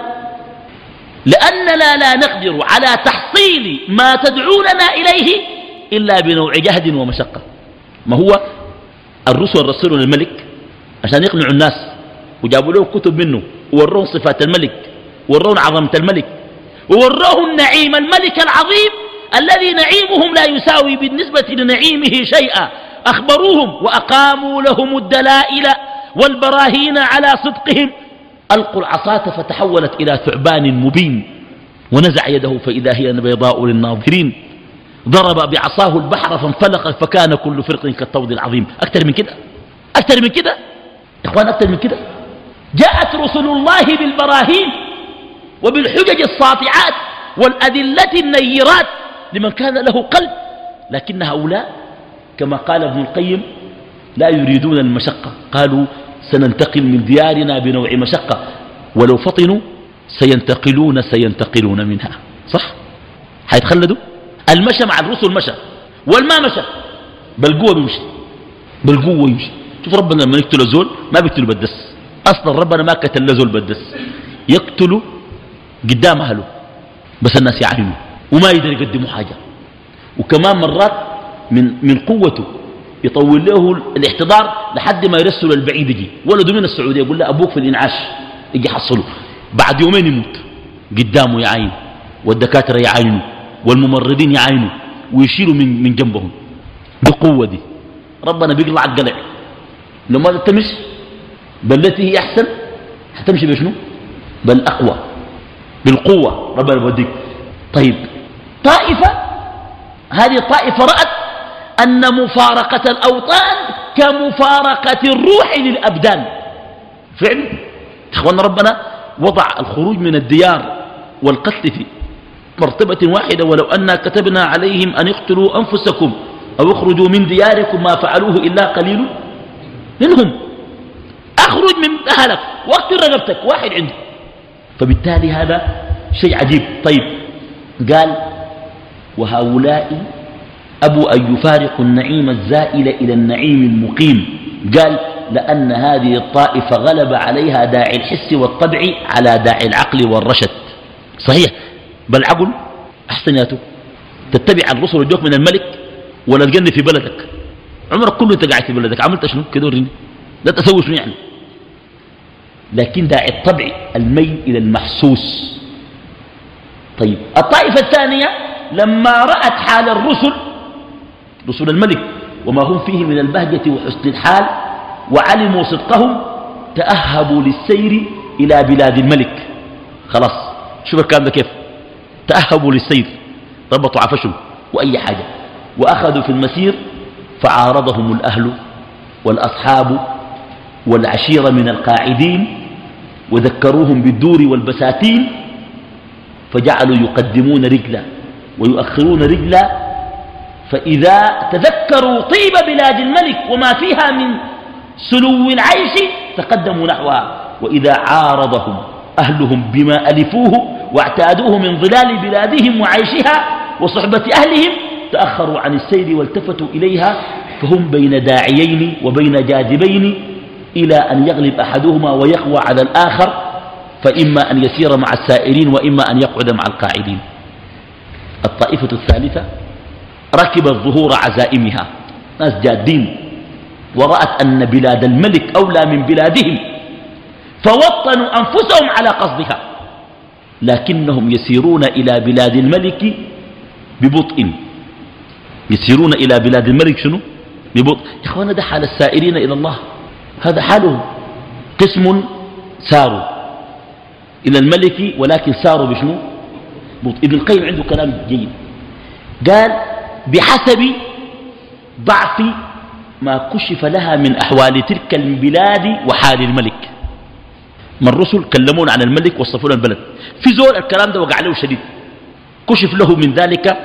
لأننا لا نقدر على تحصيل ما تدعوننا إليه إلا بنوع جهد ومشقة. ما هو الرسل رسلوا الملك عشان يقنعوا الناس، وجابوا له كتب منه ووروهم صفات الملك ووروهم عظمة الملك ووروهم نعيم الملك العظيم الذي نعيمهم لا يساوي بالنسبة لنعيمه شيئا. أخبروهم وأقاموا لهم الدلائل والبراهين على صدقهم. ألقوا العصاة فتحولت إلى ثعبان مبين، ونزع يده فإذا هي بيضاء للناظرين، ضرب بعصاه البحر فانفلق فكان كل فرق كالطود العظيم. أكثر من كده؟ أكثر من كده يا إخوان؟ أكثر من كده؟ جاءت رسل الله بالبراهين وبالحجج الساطعات والأدلة النيرات لمن كان له قلب، لكن هؤلاء كما قال ابن القيم لا يريدون المشقة. قالوا سننتقل من ديارنا بنوع مشقة، ولو فطنوا سينتقلون سينتقلون منها. صح؟ حيتخلدوا. المشى مع الرسل مشى، والما مشى بالقوة بيمشي، بالقوة يمشي. شوف ربنا لما يقتل زول ما بيقتل بالدس، أصلا ربنا ما قتل زول بالدس، يقتل قدام أهله بس الناس يعلموا وما يقدر يقدموا حاجة. وكمان مرات من من قوته يطول له الاحتضار لحد ما يرسل البعيد يجي ولده من السعودية يقول له أبوك في الإنعاش، يجي يحصله بعد يومين يموت قدامه يعاين، والدكاترة يعاينوا والممرضين يعاينوا ويشيلوا من من جنبهم. بالقوة دي ربنا بيقلع القلع لو ما تمشي بالتي هي أحسن هتمشي بشنو؟ بل أقوى، بالقوة ربنا بوديك. طيب طائفة، هذه الطائفة رأت أن مفارقة الأوطان كمفارقة الروح للأبدان. فعلا إخواننا ربنا وضع الخروج من الديار والقتل في مرتبة واحدة، ولو أننا كتبنا عليهم أن اقتلوا أنفسكم أو اخرجوا من دياركم ما فعلوه إلا قليل منهم. أخرج من أهلك واقتل رقبتك، واحد عنده. فبالتالي هذا شيء عجيب. طيب قال وهؤلاء أبوا أن يفارقوا النعيم الزائل إلى النعيم المقيم. قال لأن هذه الطائفة غلب عليها داعي الحس والطبع على داعي العقل والرشد. صحيح، بل عقل أحسن ياتو تتبع الرسل والجوك من الملك ولا تجني في بلدك. عمرك كله انت قاعد في بلدك عملت شنو كده؟ وريني لا تسوي شنو يعني. لكن داعي الطبع الميل إلى المحسوس. طيب الطائفة الثانية لما رأت حال الرسل، رسل الملك، وما هم فيه من البهجة وحسن الحال، وعلموا صدقهم، تأهبوا للسير إلى بلاد الملك. خلاص شوف الكلام ده كيف، تأهبوا للسير، ربطوا عفشهم وأي حاجة، وأخذوا في المسير، فعارضهم الأهل والأصحاب والعشيرة من القاعدين، وذكروهم بالدور والبساتين، فجعلوا يقدمون رجلا ويؤخرون رجلا، فإذا تذكروا طيب بلاد الملك وما فيها من سلو العيش تقدموا نحوها، وإذا عارضهم أهلهم بما ألفوه واعتادوه من ظلال بلادهم وعيشها وصحبة أهلهم تأخروا عن السير والتفتوا إليها، فهم بين داعيين وبين جاذبين إلى أن يغلب أحدهما ويقوى على الآخر، فإما أن يسير مع السائرين وإما أن يقعد مع القاعدين. الطائفة الثالثة ركبت ظهور عزائمها، ناس جادين، ورأت أن بلاد الملك أولى من بلادهم، فوطنوا أنفسهم على قصدها، لكنهم يسيرون إلى بلاد الملك ببطء. يسيرون إلى بلاد الملك شنو؟ ببطء. يا إخوانا ده حال السائرين إلى الله، هذا حالهم. قسم ساروا إلى الملك ولكن ساروا بشنو؟ بطء. ابن القيم عنده كلام جيد، قال بحسب ضعف ما كشف لها من أحوال تلك البلاد وحال الملك. ما الرسل كلمون عن الملك وصفون البلد، في زول الكلام ده وقع له شديد، كشف له من ذلك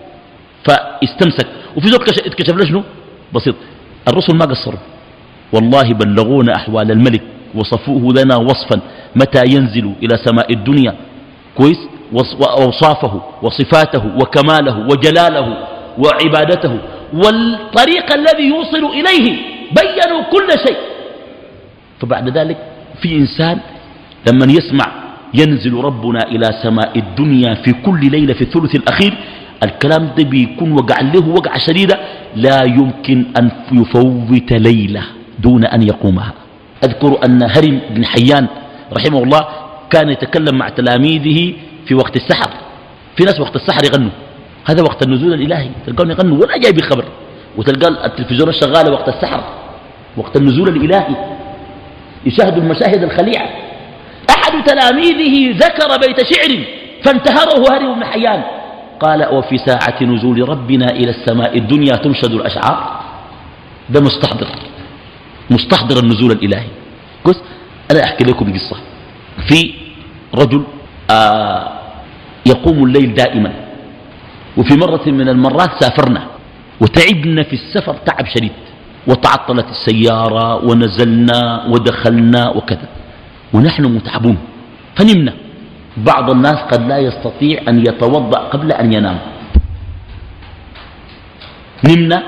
فاستمسك، وفي زول اتكشف له شنو؟ بسيط. الرسل ما قصروا والله، بلغونا أحوال الملك وصفوه لنا وصفا متى ينزل إلى سماء الدنيا كويس، وأوصافه وصفاته وكماله وجلاله وعبادته والطريق الذي يوصل إليه، بيّنوا كل شيء. فبعد ذلك في إنسان لما يسمع ينزل ربنا إلى سماء الدنيا في كل ليلة في الثلث الأخير، الكلام ده بيكون وقع له وقع شديدة لا يمكن أن يفوت ليلة دون أن يقومها. أذكر أن هرم بن حيان رحمه الله كان يتكلم مع تلاميذه في وقت السحر. في ناس وقت السحر يغنوا، هذا وقت النزول الإلهي، تلقاهم يغنوا ولا جاي بخبر، وتلقى التلفزيون الشغالة وقت السحر، وقت النزول الإلهي، يشاهدوا المشاهد الخليعة. أحد تلاميذه ذكر بيت شعر فانتهره هرم بن حيان، قال وفي ساعة نزول ربنا إلى السماء الدنيا تنشد الأشعار. ده مستحضر مستحضر النزول الإلهي. كويس. أنا أحكي لكم قصة. في رجل آه يقوم الليل دائما، وفي مرة من المرات سافرنا وتعبنا في السفر تعب شديد، وتعطلت السيارة ونزلنا ودخلنا وكذا، ونحن متعبون فنمنا. بعض الناس قد لا يستطيع أن يتوضأ قبل أن ينام، نمنا.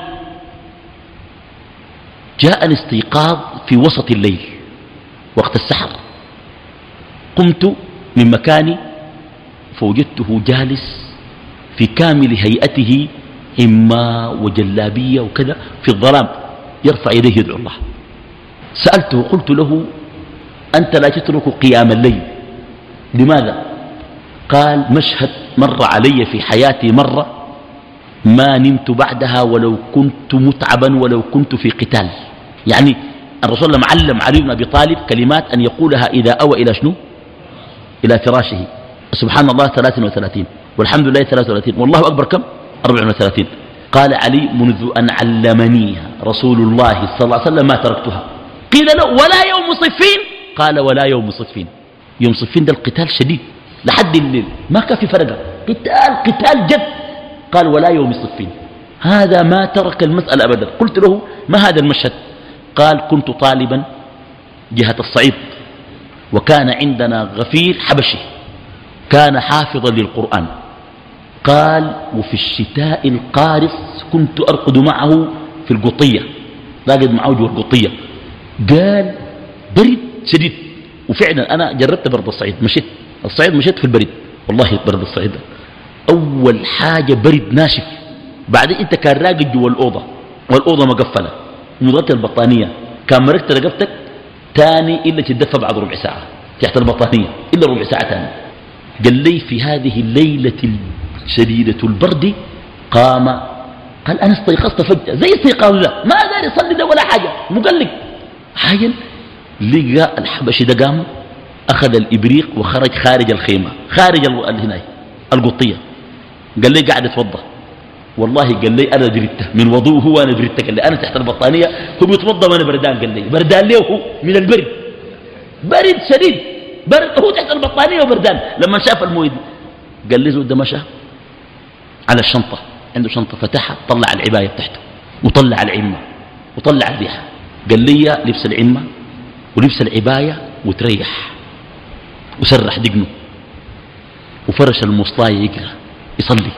جاء الاستيقاظ في وسط الليل وقت السحر، قمت من مكاني فوجدته جالس في كامل هيئته، إما وجلابية وكذا في الظلام، يرفع يديه يدعو الله. سألته قلت له أنت لا تترك قيام الليل، لماذا؟ قال مشهد مر علي في حياتي مرة ما نمت بعدها ولو كنت متعبا ولو كنت في قتال. يعني الرسول لما علم علي بن أبي طالب كلمات أن يقولها إذا أوى إلى شنو؟ إلى فراشه. سبحان الله ثلاث وثلاثين، والحمد لله ثلاث وثلاثين، والله أكبر كم؟ أربع وثلاثين. قال علي منذ أن علمنيها رسول الله صلى الله عليه وسلم ما تركتها. قيل له ولا يوم صفين؟ قال ولا يوم صفين. يوم صفين ده القتال شديد لحد الليل، ما كان في فرقة، قتال قتال جد. قال ولا يوم صفين، هذا ما ترك المسألة أبدا. قلت له ما هذا المشهد؟ قال كنت طالبا جهة الصعيد، وكان عندنا غفير حبشي كان حافظا للقرآن. قال وفي الشتاء القارص كنت أرقد معه في القطية، راقد معه جوا القطية. قال برد شديد، وفعلا أنا جربت برد الصعيد، مشيت الصعيد مشيت في البرد، والله برد الصعيد أول حاجة برد ناشف. بعدين أنت كان راقد جوا الأوضة والأوضة مقفلة ومضغطة البطانية، كان مركت رقبتك تاني إلا تدفى بعد ربع ساعة تحت البطانية إلا ربع ساعة تاني. قال لي في هذه الليلة شديدة البرد قام، قال أنا استيقظت فجأة زي استيقاظ لا ما داري يصلي ده ولا حاجة، مقلق حاجة. لقى الحبشي ده قام أخذ الإبريق وخرج خارج الخيمة خارج هنا القطية. قال لي قاعد يتوضا، والله قال لي أنا دريته من وضوء هو أنا دريته. قال لي أنا تحت البطانية هو بيتوضا وأنا بردان. قال لي بردان ليه هو من البرد، برد شديد برد، هو تحت البطانية وبردان. لما شاف المويد قال لي زود ده مشى على الشنطة، عنده شنطة فتحها طلع العباية بتاعته وطلع العمة وطلع الريحة. قال لي لبس العمة ولبس العباية وتريح وسرح دقنه وفرش المصلاية يقرأ يصلي.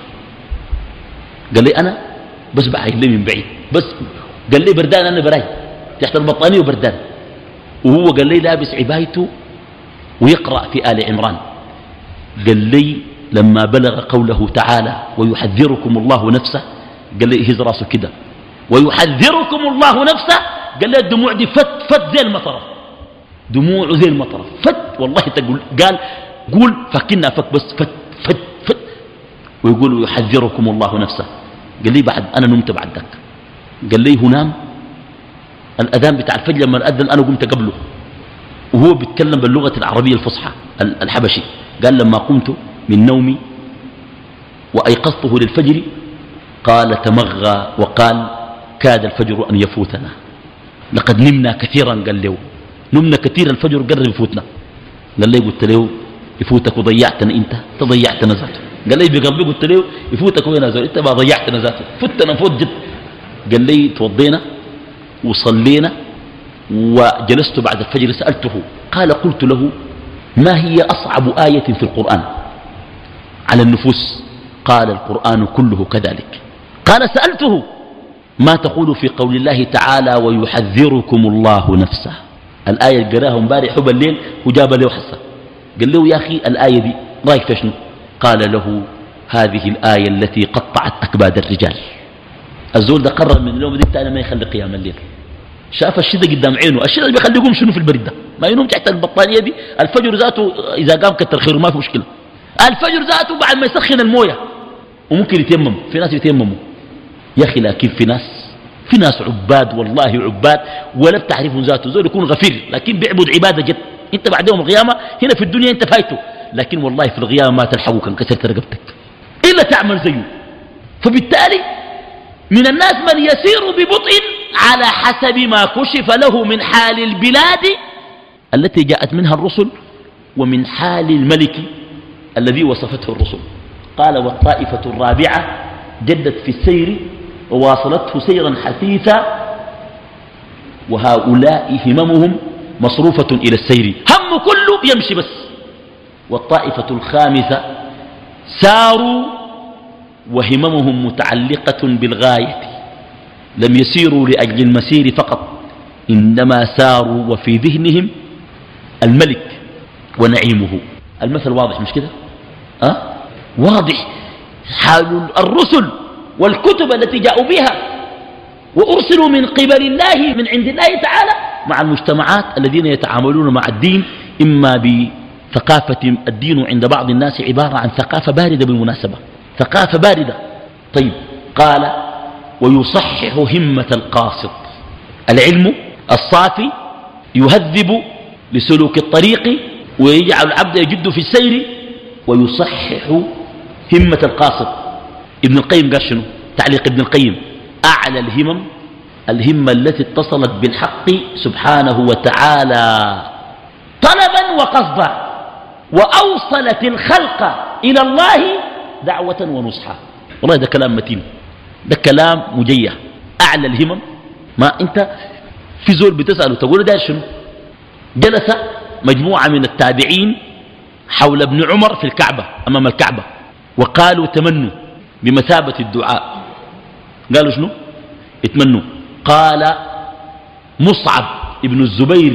قال لي أنا بس بعيد لي من بعيد بس. قال لي بردان أنا براي تحت البطانية وبردان، وهو قال لي لابس عبايته ويقرأ في آل عمران. قال لي لما بلغ قوله تعالى ويحذركم الله نفسه، قال لي هز راسه كده ويحذركم الله نفسه. قال لي الدموع دي فت فت زي المطرة، دموعه زي المطرة فت والله تقول. قال قول فكنا فك بس فت فت فت ويقول يحذركم الله نفسه. قال لي بعد أنا نمت بعد ذاك. قال لي هنام الأذان بتاع الفجر لما أذن أنا قمت قبله، وهو بيتكلم باللغة العربية الفصحى الحبشي. قال لما قمت من نومي وأيقظته للفجر قال تمغى وقال كاد الفجر أن يفوتنا، لقد نمنا كثيرا. قال له نمنا كثير الفجر قرب يفوتنا. قال لي قلت له يفوتك وضيعتنا انت تضيعتنا ذاته. قال لي بقلبي قلت له يفوتك وين ذاته انت ما ضيعتنا ذاته فتنا فوت جد. قال لي توضينا وصلينا وجلست بعد الفجر سألته، قال قلت له ما هي أصعب آية في القرآن على النفوس؟ قال القرآن كله كذلك. قال سألته ما تقول في قول الله تعالى ويحذركم الله نفسه؟ الآية اللي قراها امبارح حب الليل وجاب له حسه. قال له يا أخي الآية دي رأيك في شنو؟ قال له هذه الآية التي قطعت أكباد الرجال. الزول ده قرر من اليوم دي أنا ما يخلي قيام الليل. شاف الشدة قدام عينه، الشدة اللي بيخلي يقوم شنو في البرد ده؟ ما ينوم تحت البطانية دي. الفجر ذاته إذا قام كتر خيره ما في مشكلة. الفجر ذاته بعد ما يسخن الموية وممكن يتيمم، في ناس يتيمموا يا أخي. لكن في ناس في ناس عباد والله عباد ولا بتعرفهم ذاته، زول يكون غفير لكن بيعبد عبادة جد. انت بعد يوم القيامة هنا في الدنيا انت فايته، لكن والله في القيامة ما تلحقه كان كسرت رقبتك إلا تعمل زيه. فبالتالي من الناس من يسير ببطء على حسب ما كشف له من حال البلاد التي جاءت منها الرسل ومن حال الملك الذي وصفته الرسل. قال والطائفة الرابعة جدت في السير وواصلته سيرا حثيثا وهؤلاء هممهم مصروفة إلى السير، هم كله يمشي بس. والطائفة الخامسة ساروا وهممهم متعلقة بالغاية، لم يسيروا لأجل المسير فقط إنما ساروا وفي ذهنهم الملك ونعيمه. المثل واضح مش كده؟ أه؟ واضح حال الرسل والكتب التي جاءوا بها وأرسلوا من قبل الله من عند الله تعالى مع المجتمعات الذين يتعاملون مع الدين إما بثقافة. الدين عند بعض الناس عبارة عن ثقافة باردة بالمناسبة، ثقافة باردة. طيب قال ويصحح همة القاصد. العلم الصافي يهذب لسلوك الطريق ويجعل العبد يجد في السير ويصحح همة القاصد. ابن القيم قال شنو؟ تعليق ابن القيم: أعلى الهمم الهمة التي اتصلت بالحق سبحانه وتعالى طلبا وقصدا وأوصلت الخلق إلى الله دعوة ونصحا. والله ده كلام متين، ده كلام مجيح. أعلى الهمم، ما أنت في زول بتسأله تقول ده شنو؟ جلس مجموعة من التابعين حول ابن عمر في الكعبة أمام الكعبة وقالوا تمنوا بمثابة الدعاء. قالوا شنو؟ اتمنوا. قال مصعب ابن الزبير: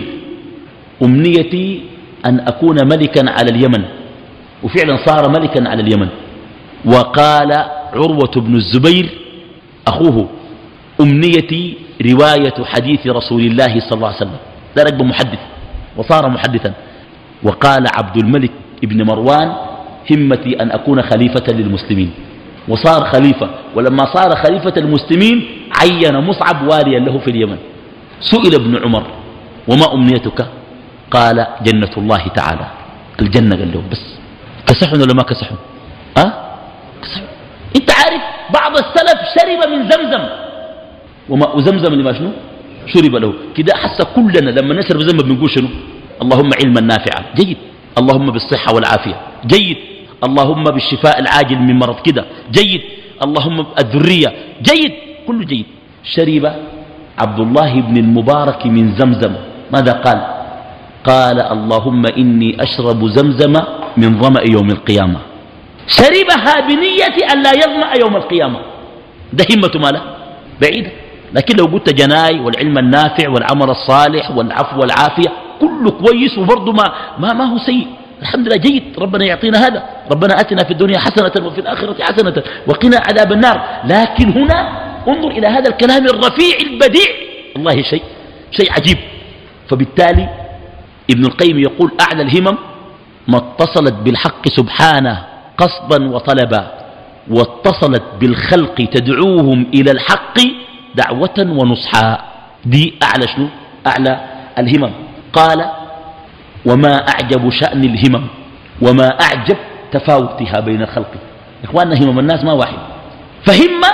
أمنيتي أن أكون ملكا على اليمن، وفعلا صار ملكا على اليمن. وقال عروة بن الزبير أخوه: أمنيتي رواية حديث رسول الله صلى الله عليه وسلم. ده رجل محدث وصار محدثا. وقال عبد الملك ابن مروان: همتي أن أكون خليفة للمسلمين، وصار خليفة. ولما صار خليفة المسلمين عين مصعب واليا له في اليمن. سئل ابن عمر: وما أمنيتك؟ قال: جنة الله تعالى، الجنة. قال له: بس كسحن ولا ما كسحن؟ أه؟ كسحن. انت عارف بعض السلف شرب من زمزم، وماء زمزم لما شنو شرب له كده. حس كلنا لما نشرب زمزم بنقول شنو؟ اللهم علما نافعا، جيد. اللهم بالصحة والعافية، جيد. اللهم بالشفاء العاجل من مرض كده، جيد. اللهم الذرية، جيد. كله جيد. شرب عبد الله بن المبارك من زمزم، ماذا قال؟ قال: اللهم إني أشرب زمزم من ظمأ يوم القيامة. شربها بنية أن لا يظمأ يوم القيامة. ده همة ماله بعيدة. لكن لو قلت جناي والعلم النافع والعمل الصالح والعفو والعافية كله كويس وبرضه ما, ما, ما هو سيء، الحمد لله جيد. ربنا يعطينا هذا. ربنا أتنا في الدنيا حسنة وفي الآخرة حسنة وقنا عذاب النار. لكن هنا انظر إلى هذا الكلام الرفيع البديع، والله شيء شيء عجيب. فبالتالي ابن القيم يقول: أعلى الهمم ما اتصلت بالحق سبحانه قصدا وطلبا، واتصلت بالخلق تدعوهم إلى الحق دعوة ونصحا. دي أعلى شنو؟ أعلى الهمم. قال: وما أعجب شأن الهمم وما أعجب تفاوتها بين الخلق. إخواننا همم الناس ما واحد، فهمة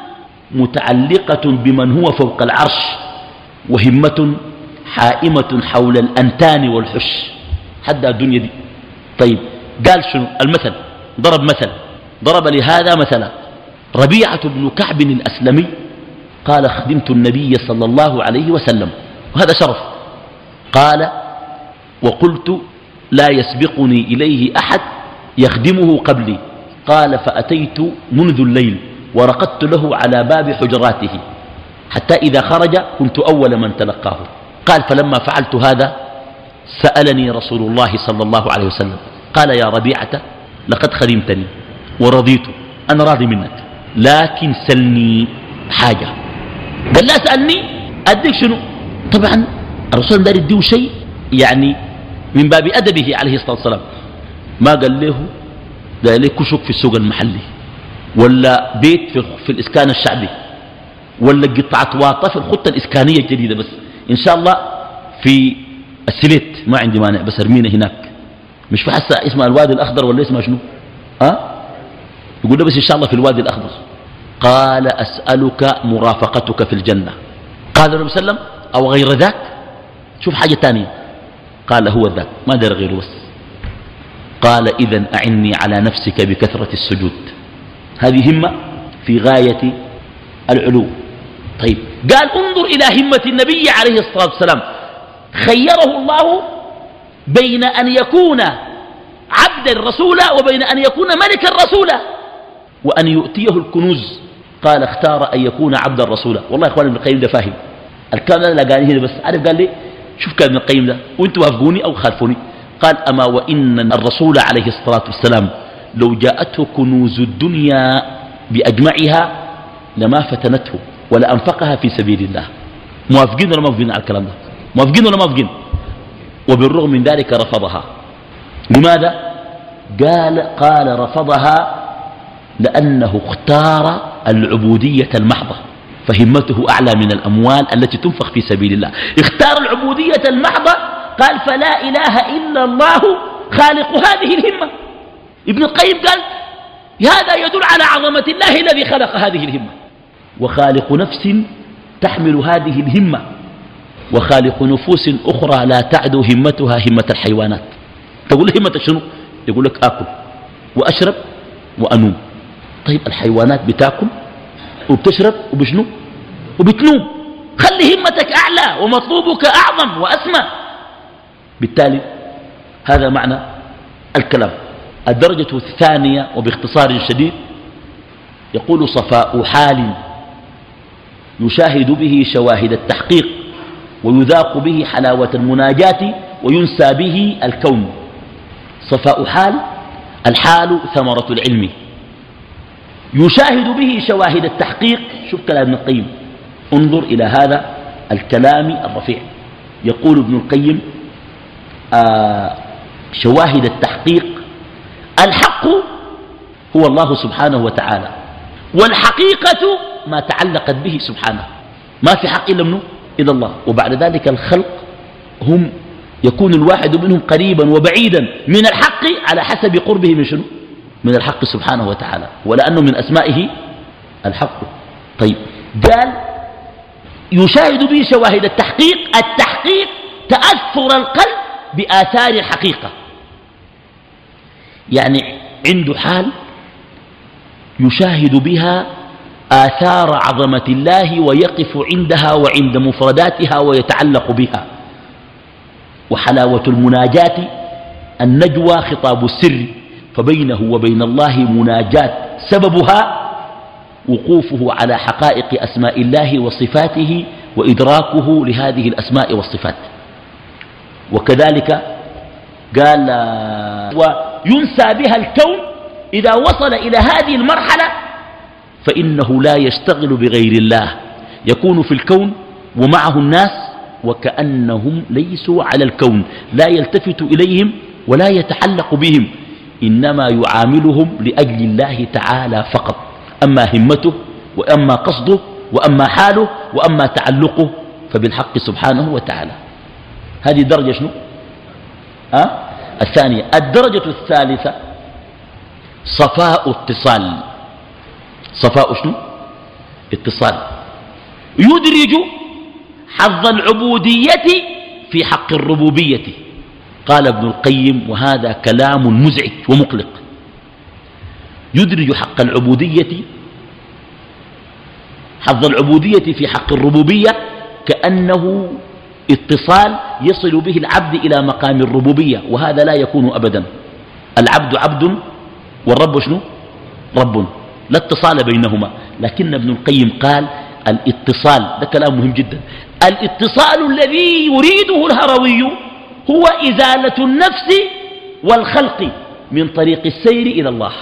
متعلقة بمن هو فوق العرش، وهمة حائمة حول الأنتان والحش حتى الدنيا دي. طيب قال شنو المثل؟ ضرب مثل، ضرب لهذا مثلا. ربيعة بن كعب الأسلمي قال: خدمت النبي صلى الله عليه وسلم، وهذا شرف. قال: وقلت لا يسبقني إليه أحد يخدمه قبلي. قال: فأتيت منذ الليل ورقدت له على باب حجراته حتى إذا خرج كنت أول من تلقاه. قال: فلما فعلت هذا سألني رسول الله صلى الله عليه وسلم، قال: يا ربيعة لقد خدمتني ورضيت، أنا راضي منك، لكن سلني حاجة. قال: لا سألني أديك شنو؟ طبعا الرسول دار يديه شيء يعني من باب أدبه عليه الصلاة والسلام. ما قال له ده ليه كشك في السوق المحلي، ولا بيت في, في الإسكان الشعبي، ولا قطعة واطة في الخطة الإسكانية الجديدة، بس إن شاء الله في السليت ما عندي مانع، بس ارمينا هناك. مش في حسة اسمها الوادي الأخضر ولا اسمها شنو؟ أه؟ يقول له بس إن شاء الله في الوادي الأخضر. قال: أسألك مرافقتك في الجنة. قال النبي صلى الله عليه وسلم: أو غير ذاك؟ شوف حاجة تانية. قال: هو ذاك، ما دار غيره بس. قال: إذن أعني على نفسك بكثرة السجود. هذه همة في غاية العلو. طيب قال: انظر إلى همة النبي عليه الصلاة والسلام، خيره الله بين أن يكون عبدا رسولا وبين أن يكون ملكا رسولا وأن يؤتيه الكنوز. قال: اختار أن يكون عبدا رسولا. والله يا إخوان ابن القيم ده فاهم الكلام ده، لا قال هنا بس عارف قال لي شوف كلام ابن القيم ده وانتوا وافقوني أو خالفوني. قال: أما وإن الرسول عليه الصلاة والسلام لو جاءته كنوز الدنيا بأجمعها لما فتنته ولا أنفقها في سبيل الله. موافقين ولا موافقين على الكلام ده؟ موافقين ولا موافقين؟ وبالرغم من ذلك رفضها. لماذا؟ قال قال رفضها لأنه اختار العبودية المحضة. فهمته أعلى من الأموال التي تنفق في سبيل الله. اختار العبودية المحضة، قال فلا إله إلا الله خالق هذه الهمة. ابن القيم قال هذا يدل على عظمة الله الذي خلق هذه الهمة، وخالق نفس تحمل هذه الهمة، وخالق نفوس أخرى لا تعدو همتها همة الحيوانات. تقول له همة شنو؟ يقول لك آكل وأشرب وأنوم. طيب الحيوانات بتاكل وبتشرب وبشنو وبتنوم، خلي همتك أعلى ومطلوبك أعظم وأسمى. بالتالي هذا معنى الكلام. الدرجة الثانية وباختصار شديد يقول صفاء حال يشاهد به شواهد التحقيق ويذاق به حلاوة المناجاة وينسى به الكون. صفاء حال، الحال ثمرة العلم، يشاهد به شواهد التحقيق. شوف كلام ابن القيم، انظر إلى هذا الكلام الرفيع. يقول ابن القيم آه شواهد التحقيق، الحق هو الله سبحانه وتعالى، والحقيقة ما تعلقت به سبحانه، ما في حق إلا منه إلا الله. وبعد ذلك الخلق هم يكون الواحد منهم قريبا وبعيدا من الحق على حسب قربه من شنو؟ من الحق سبحانه وتعالى، ولأنه من أسمائه الحق. طيب قال يشاهد به شواهد التحقيق. التحقيق تأثر القلب بآثار الحقيقة، يعني عنده حال يشاهد بها آثار عظمة الله ويقف عندها وعند مفرداتها ويتعلق بها. وحلاوة المناجاة النجوى خطاب السر، فبينه وبين الله مناجاة سببها وقوفه على حقائق أسماء الله وصفاته وإدراكه لهذه الأسماء والصفات. وكذلك قال وينسى بها الكون. إذا وصل إلى هذه المرحلة فإنه لا يشتغل بغير الله، يكون في الكون ومعه الناس وكأنهم ليسوا على الكون، لا يلتفت إليهم ولا يتعلق بهم، إنما يعاملهم لأجل الله تعالى فقط. أما همته وأما قصده وأما حاله وأما تعلقه فبالحق سبحانه وتعالى. هذه درجة شنو؟ أه؟ الثانية. الدرجة الثالثة صفاء اتصال. صفاء شنو؟ اتصال. يدرج حظ العبودية في حق الربوبية. قال ابن القيم وهذا كلام مزعج ومقلق. يدرج حق العبودية حظ العبودية في حق الربوبية كأنه اتصال يصل به العبد إلى مقام الربوبية، وهذا لا يكون أبدا. العبد عبد والرب شنو؟ رب، لا اتصال بينهما. لكن ابن القيم قال الاتصال، ده كلام مهم جدا، الاتصال الذي يريده الهروي هو إزالة النفس والخلق من طريق السير إلى الله.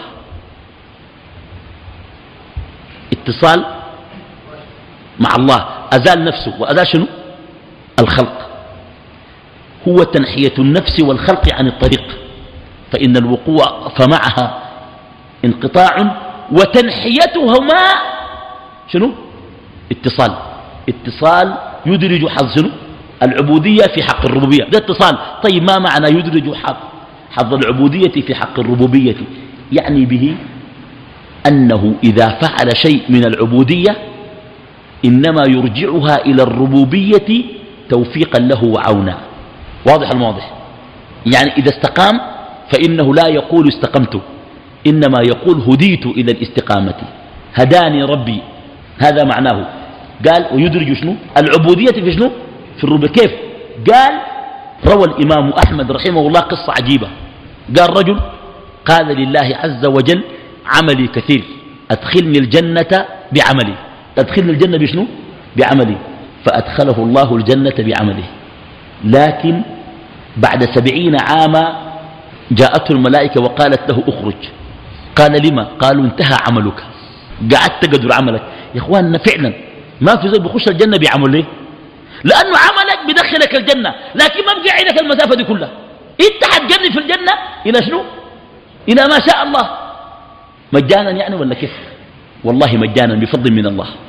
اتصال مع الله، أزال نفسه وأزال شنو؟ الخلق. هو تنحية النفس والخلق عن الطريق، فإن الوقوع فمعها انقطاع، وتنحيتهما شنو؟ اتصال. اتصال يدرج حظ شنو؟ العبودية في حق الربوبية، ده اتصال. طيب ما معنى يدرج حظ حظ العبودية في حق الربوبية؟ يعني به أنه إذا فعل شيء من العبودية إنما يرجعها إلى الربوبية توفيقا له وعونا. واضح المواضح؟ يعني إذا استقام فإنه لا يقول استقمت، إنما يقول هديت إلى الاستقامة، هداني ربي، هذا معناه. قال ويدرج شنو؟ العبودية في شنو؟ في الربوبية. كيف؟ قال روى الإمام أحمد رحمه الله قصة عجيبة. قال رجل قال لله عز وجل عملي كثير، أدخلني الجنة بعملي. أدخلني الجنة بشنو؟ بعملي. فأدخله الله الجنة بعمله. لكن بعد سبعين عاما جاءته الملائكة وقالت له اخرج. قال لما؟ قالوا انتهى عملك، قعدت تقدر عملك. يا اخواننا فعلا ما في زول بيخش الجنة بعمل ليه؟ لأنه عملك بدخلك الجنة، لكن ما بقى عينك المسافة دي كلها. انت حتجري في الجنة إلى شنو؟ إلى ما شاء الله. مجانا يعني ولا كيف؟ والله مجانا بفضل من الله.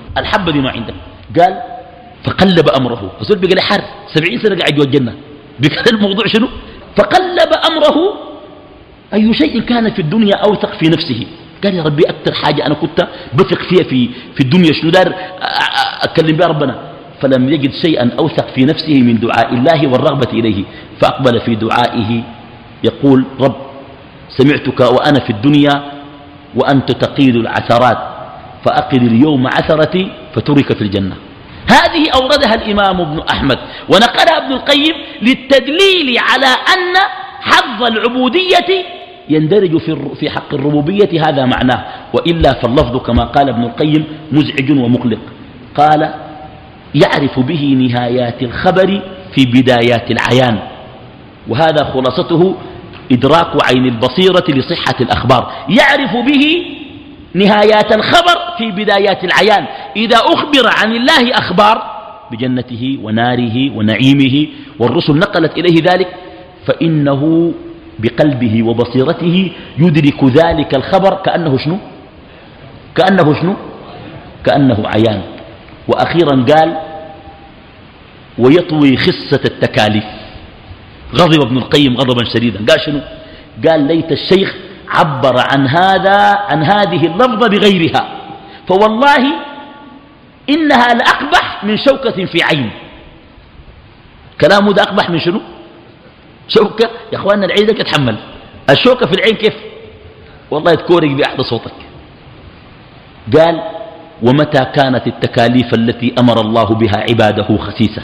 الحبة دي ما عندك. قال فقلب أمره، الزول بقى له حار سبعين سنة قاعد جوا الجنة، بقى الموضوع شنو؟ فقلب أمره أي شيء كان في الدنيا أوثق في نفسه. قال يا ربي أكثر حاجة أنا كنت بثق فيها في, في الدنيا شنو دار أتكلم بها ربنا، فلم يجد شيئا أوثق في نفسه من دعاء الله والرغبة إليه، فأقبل في دعائه يقول رب سمعتك وأنا في الدنيا وأنت تقيد العثرات فأقل اليوم عثرتي فترك في الجنة. هذه أوردها الإمام ابن أحمد ونقلها ابن القيم للتدليل على أن حظ العبودية يندرج في حق الربوبية، هذا معناه، وإلا فاللفظ كما قال ابن القيم مزعج ومقلق. قال يعرف به نهايات الخبر في بدايات العيان، وهذا خلاصته إدراك عين البصيرة لصحة الأخبار. يعرف به نهايات الخبر في بدايات العيان، إذا أخبر عن الله أخبار بجنته وناره ونعيمه والرسل نقلت إليه ذلك، فإنه بقلبه وبصيرته يدرك ذلك الخبر كأنه شنو؟ كأنه شنو؟ كأنه عيان. وأخيرا قال ويطوي خصة التكاليف. غضب ابن القيم غضبا شديدا، قال شنو؟ قال ليت الشيخ عبر عن هذا عن هذه اللفظة بغيرها، فوالله إنها لأقبح من شوكة في عين. كلامه ده أقبح من شنو؟ شوكة. يا أخواننا العين ده يتحمل، الشوكة في العين كيف؟ والله تكورك بأحد صوتك. قال ومتى كانت التكاليف التي أمر الله بها عباده خسيسة،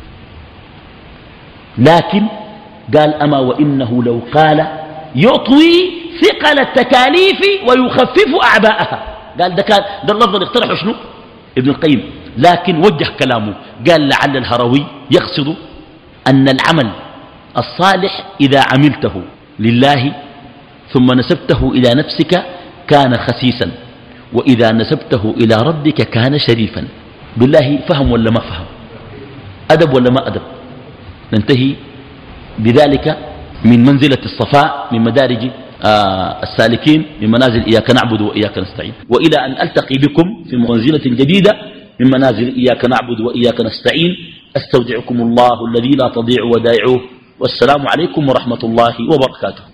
لكن قال أما وإنه لو قال يطوي ثقل التكاليف ويخفف أعباءها. قال ده كان ده اللفظ اللي اقترحه شنو؟ ابن القيم، لكن وجه كلامه قال لعل الهروي يقصد أن العمل الصالح إذا عملته لله ثم نسبته إلى نفسك كان خسيسا، وإذا نسبته إلى ربك كان شريفا. بالله فهم ولا ما فهم؟ أدب ولا ما أدب؟ ننتهي بذلك من منزلة الصفاء من مدارج آه السالكين من منازل إياك نعبد وإياك نستعين، وإلى أن ألتقي بكم في منزلة جديدة من منازل إياك نعبد وإياك نستعين، أستودعكم الله الذي لا تضيع ودائعه، والسلام عليكم ورحمة الله وبركاته.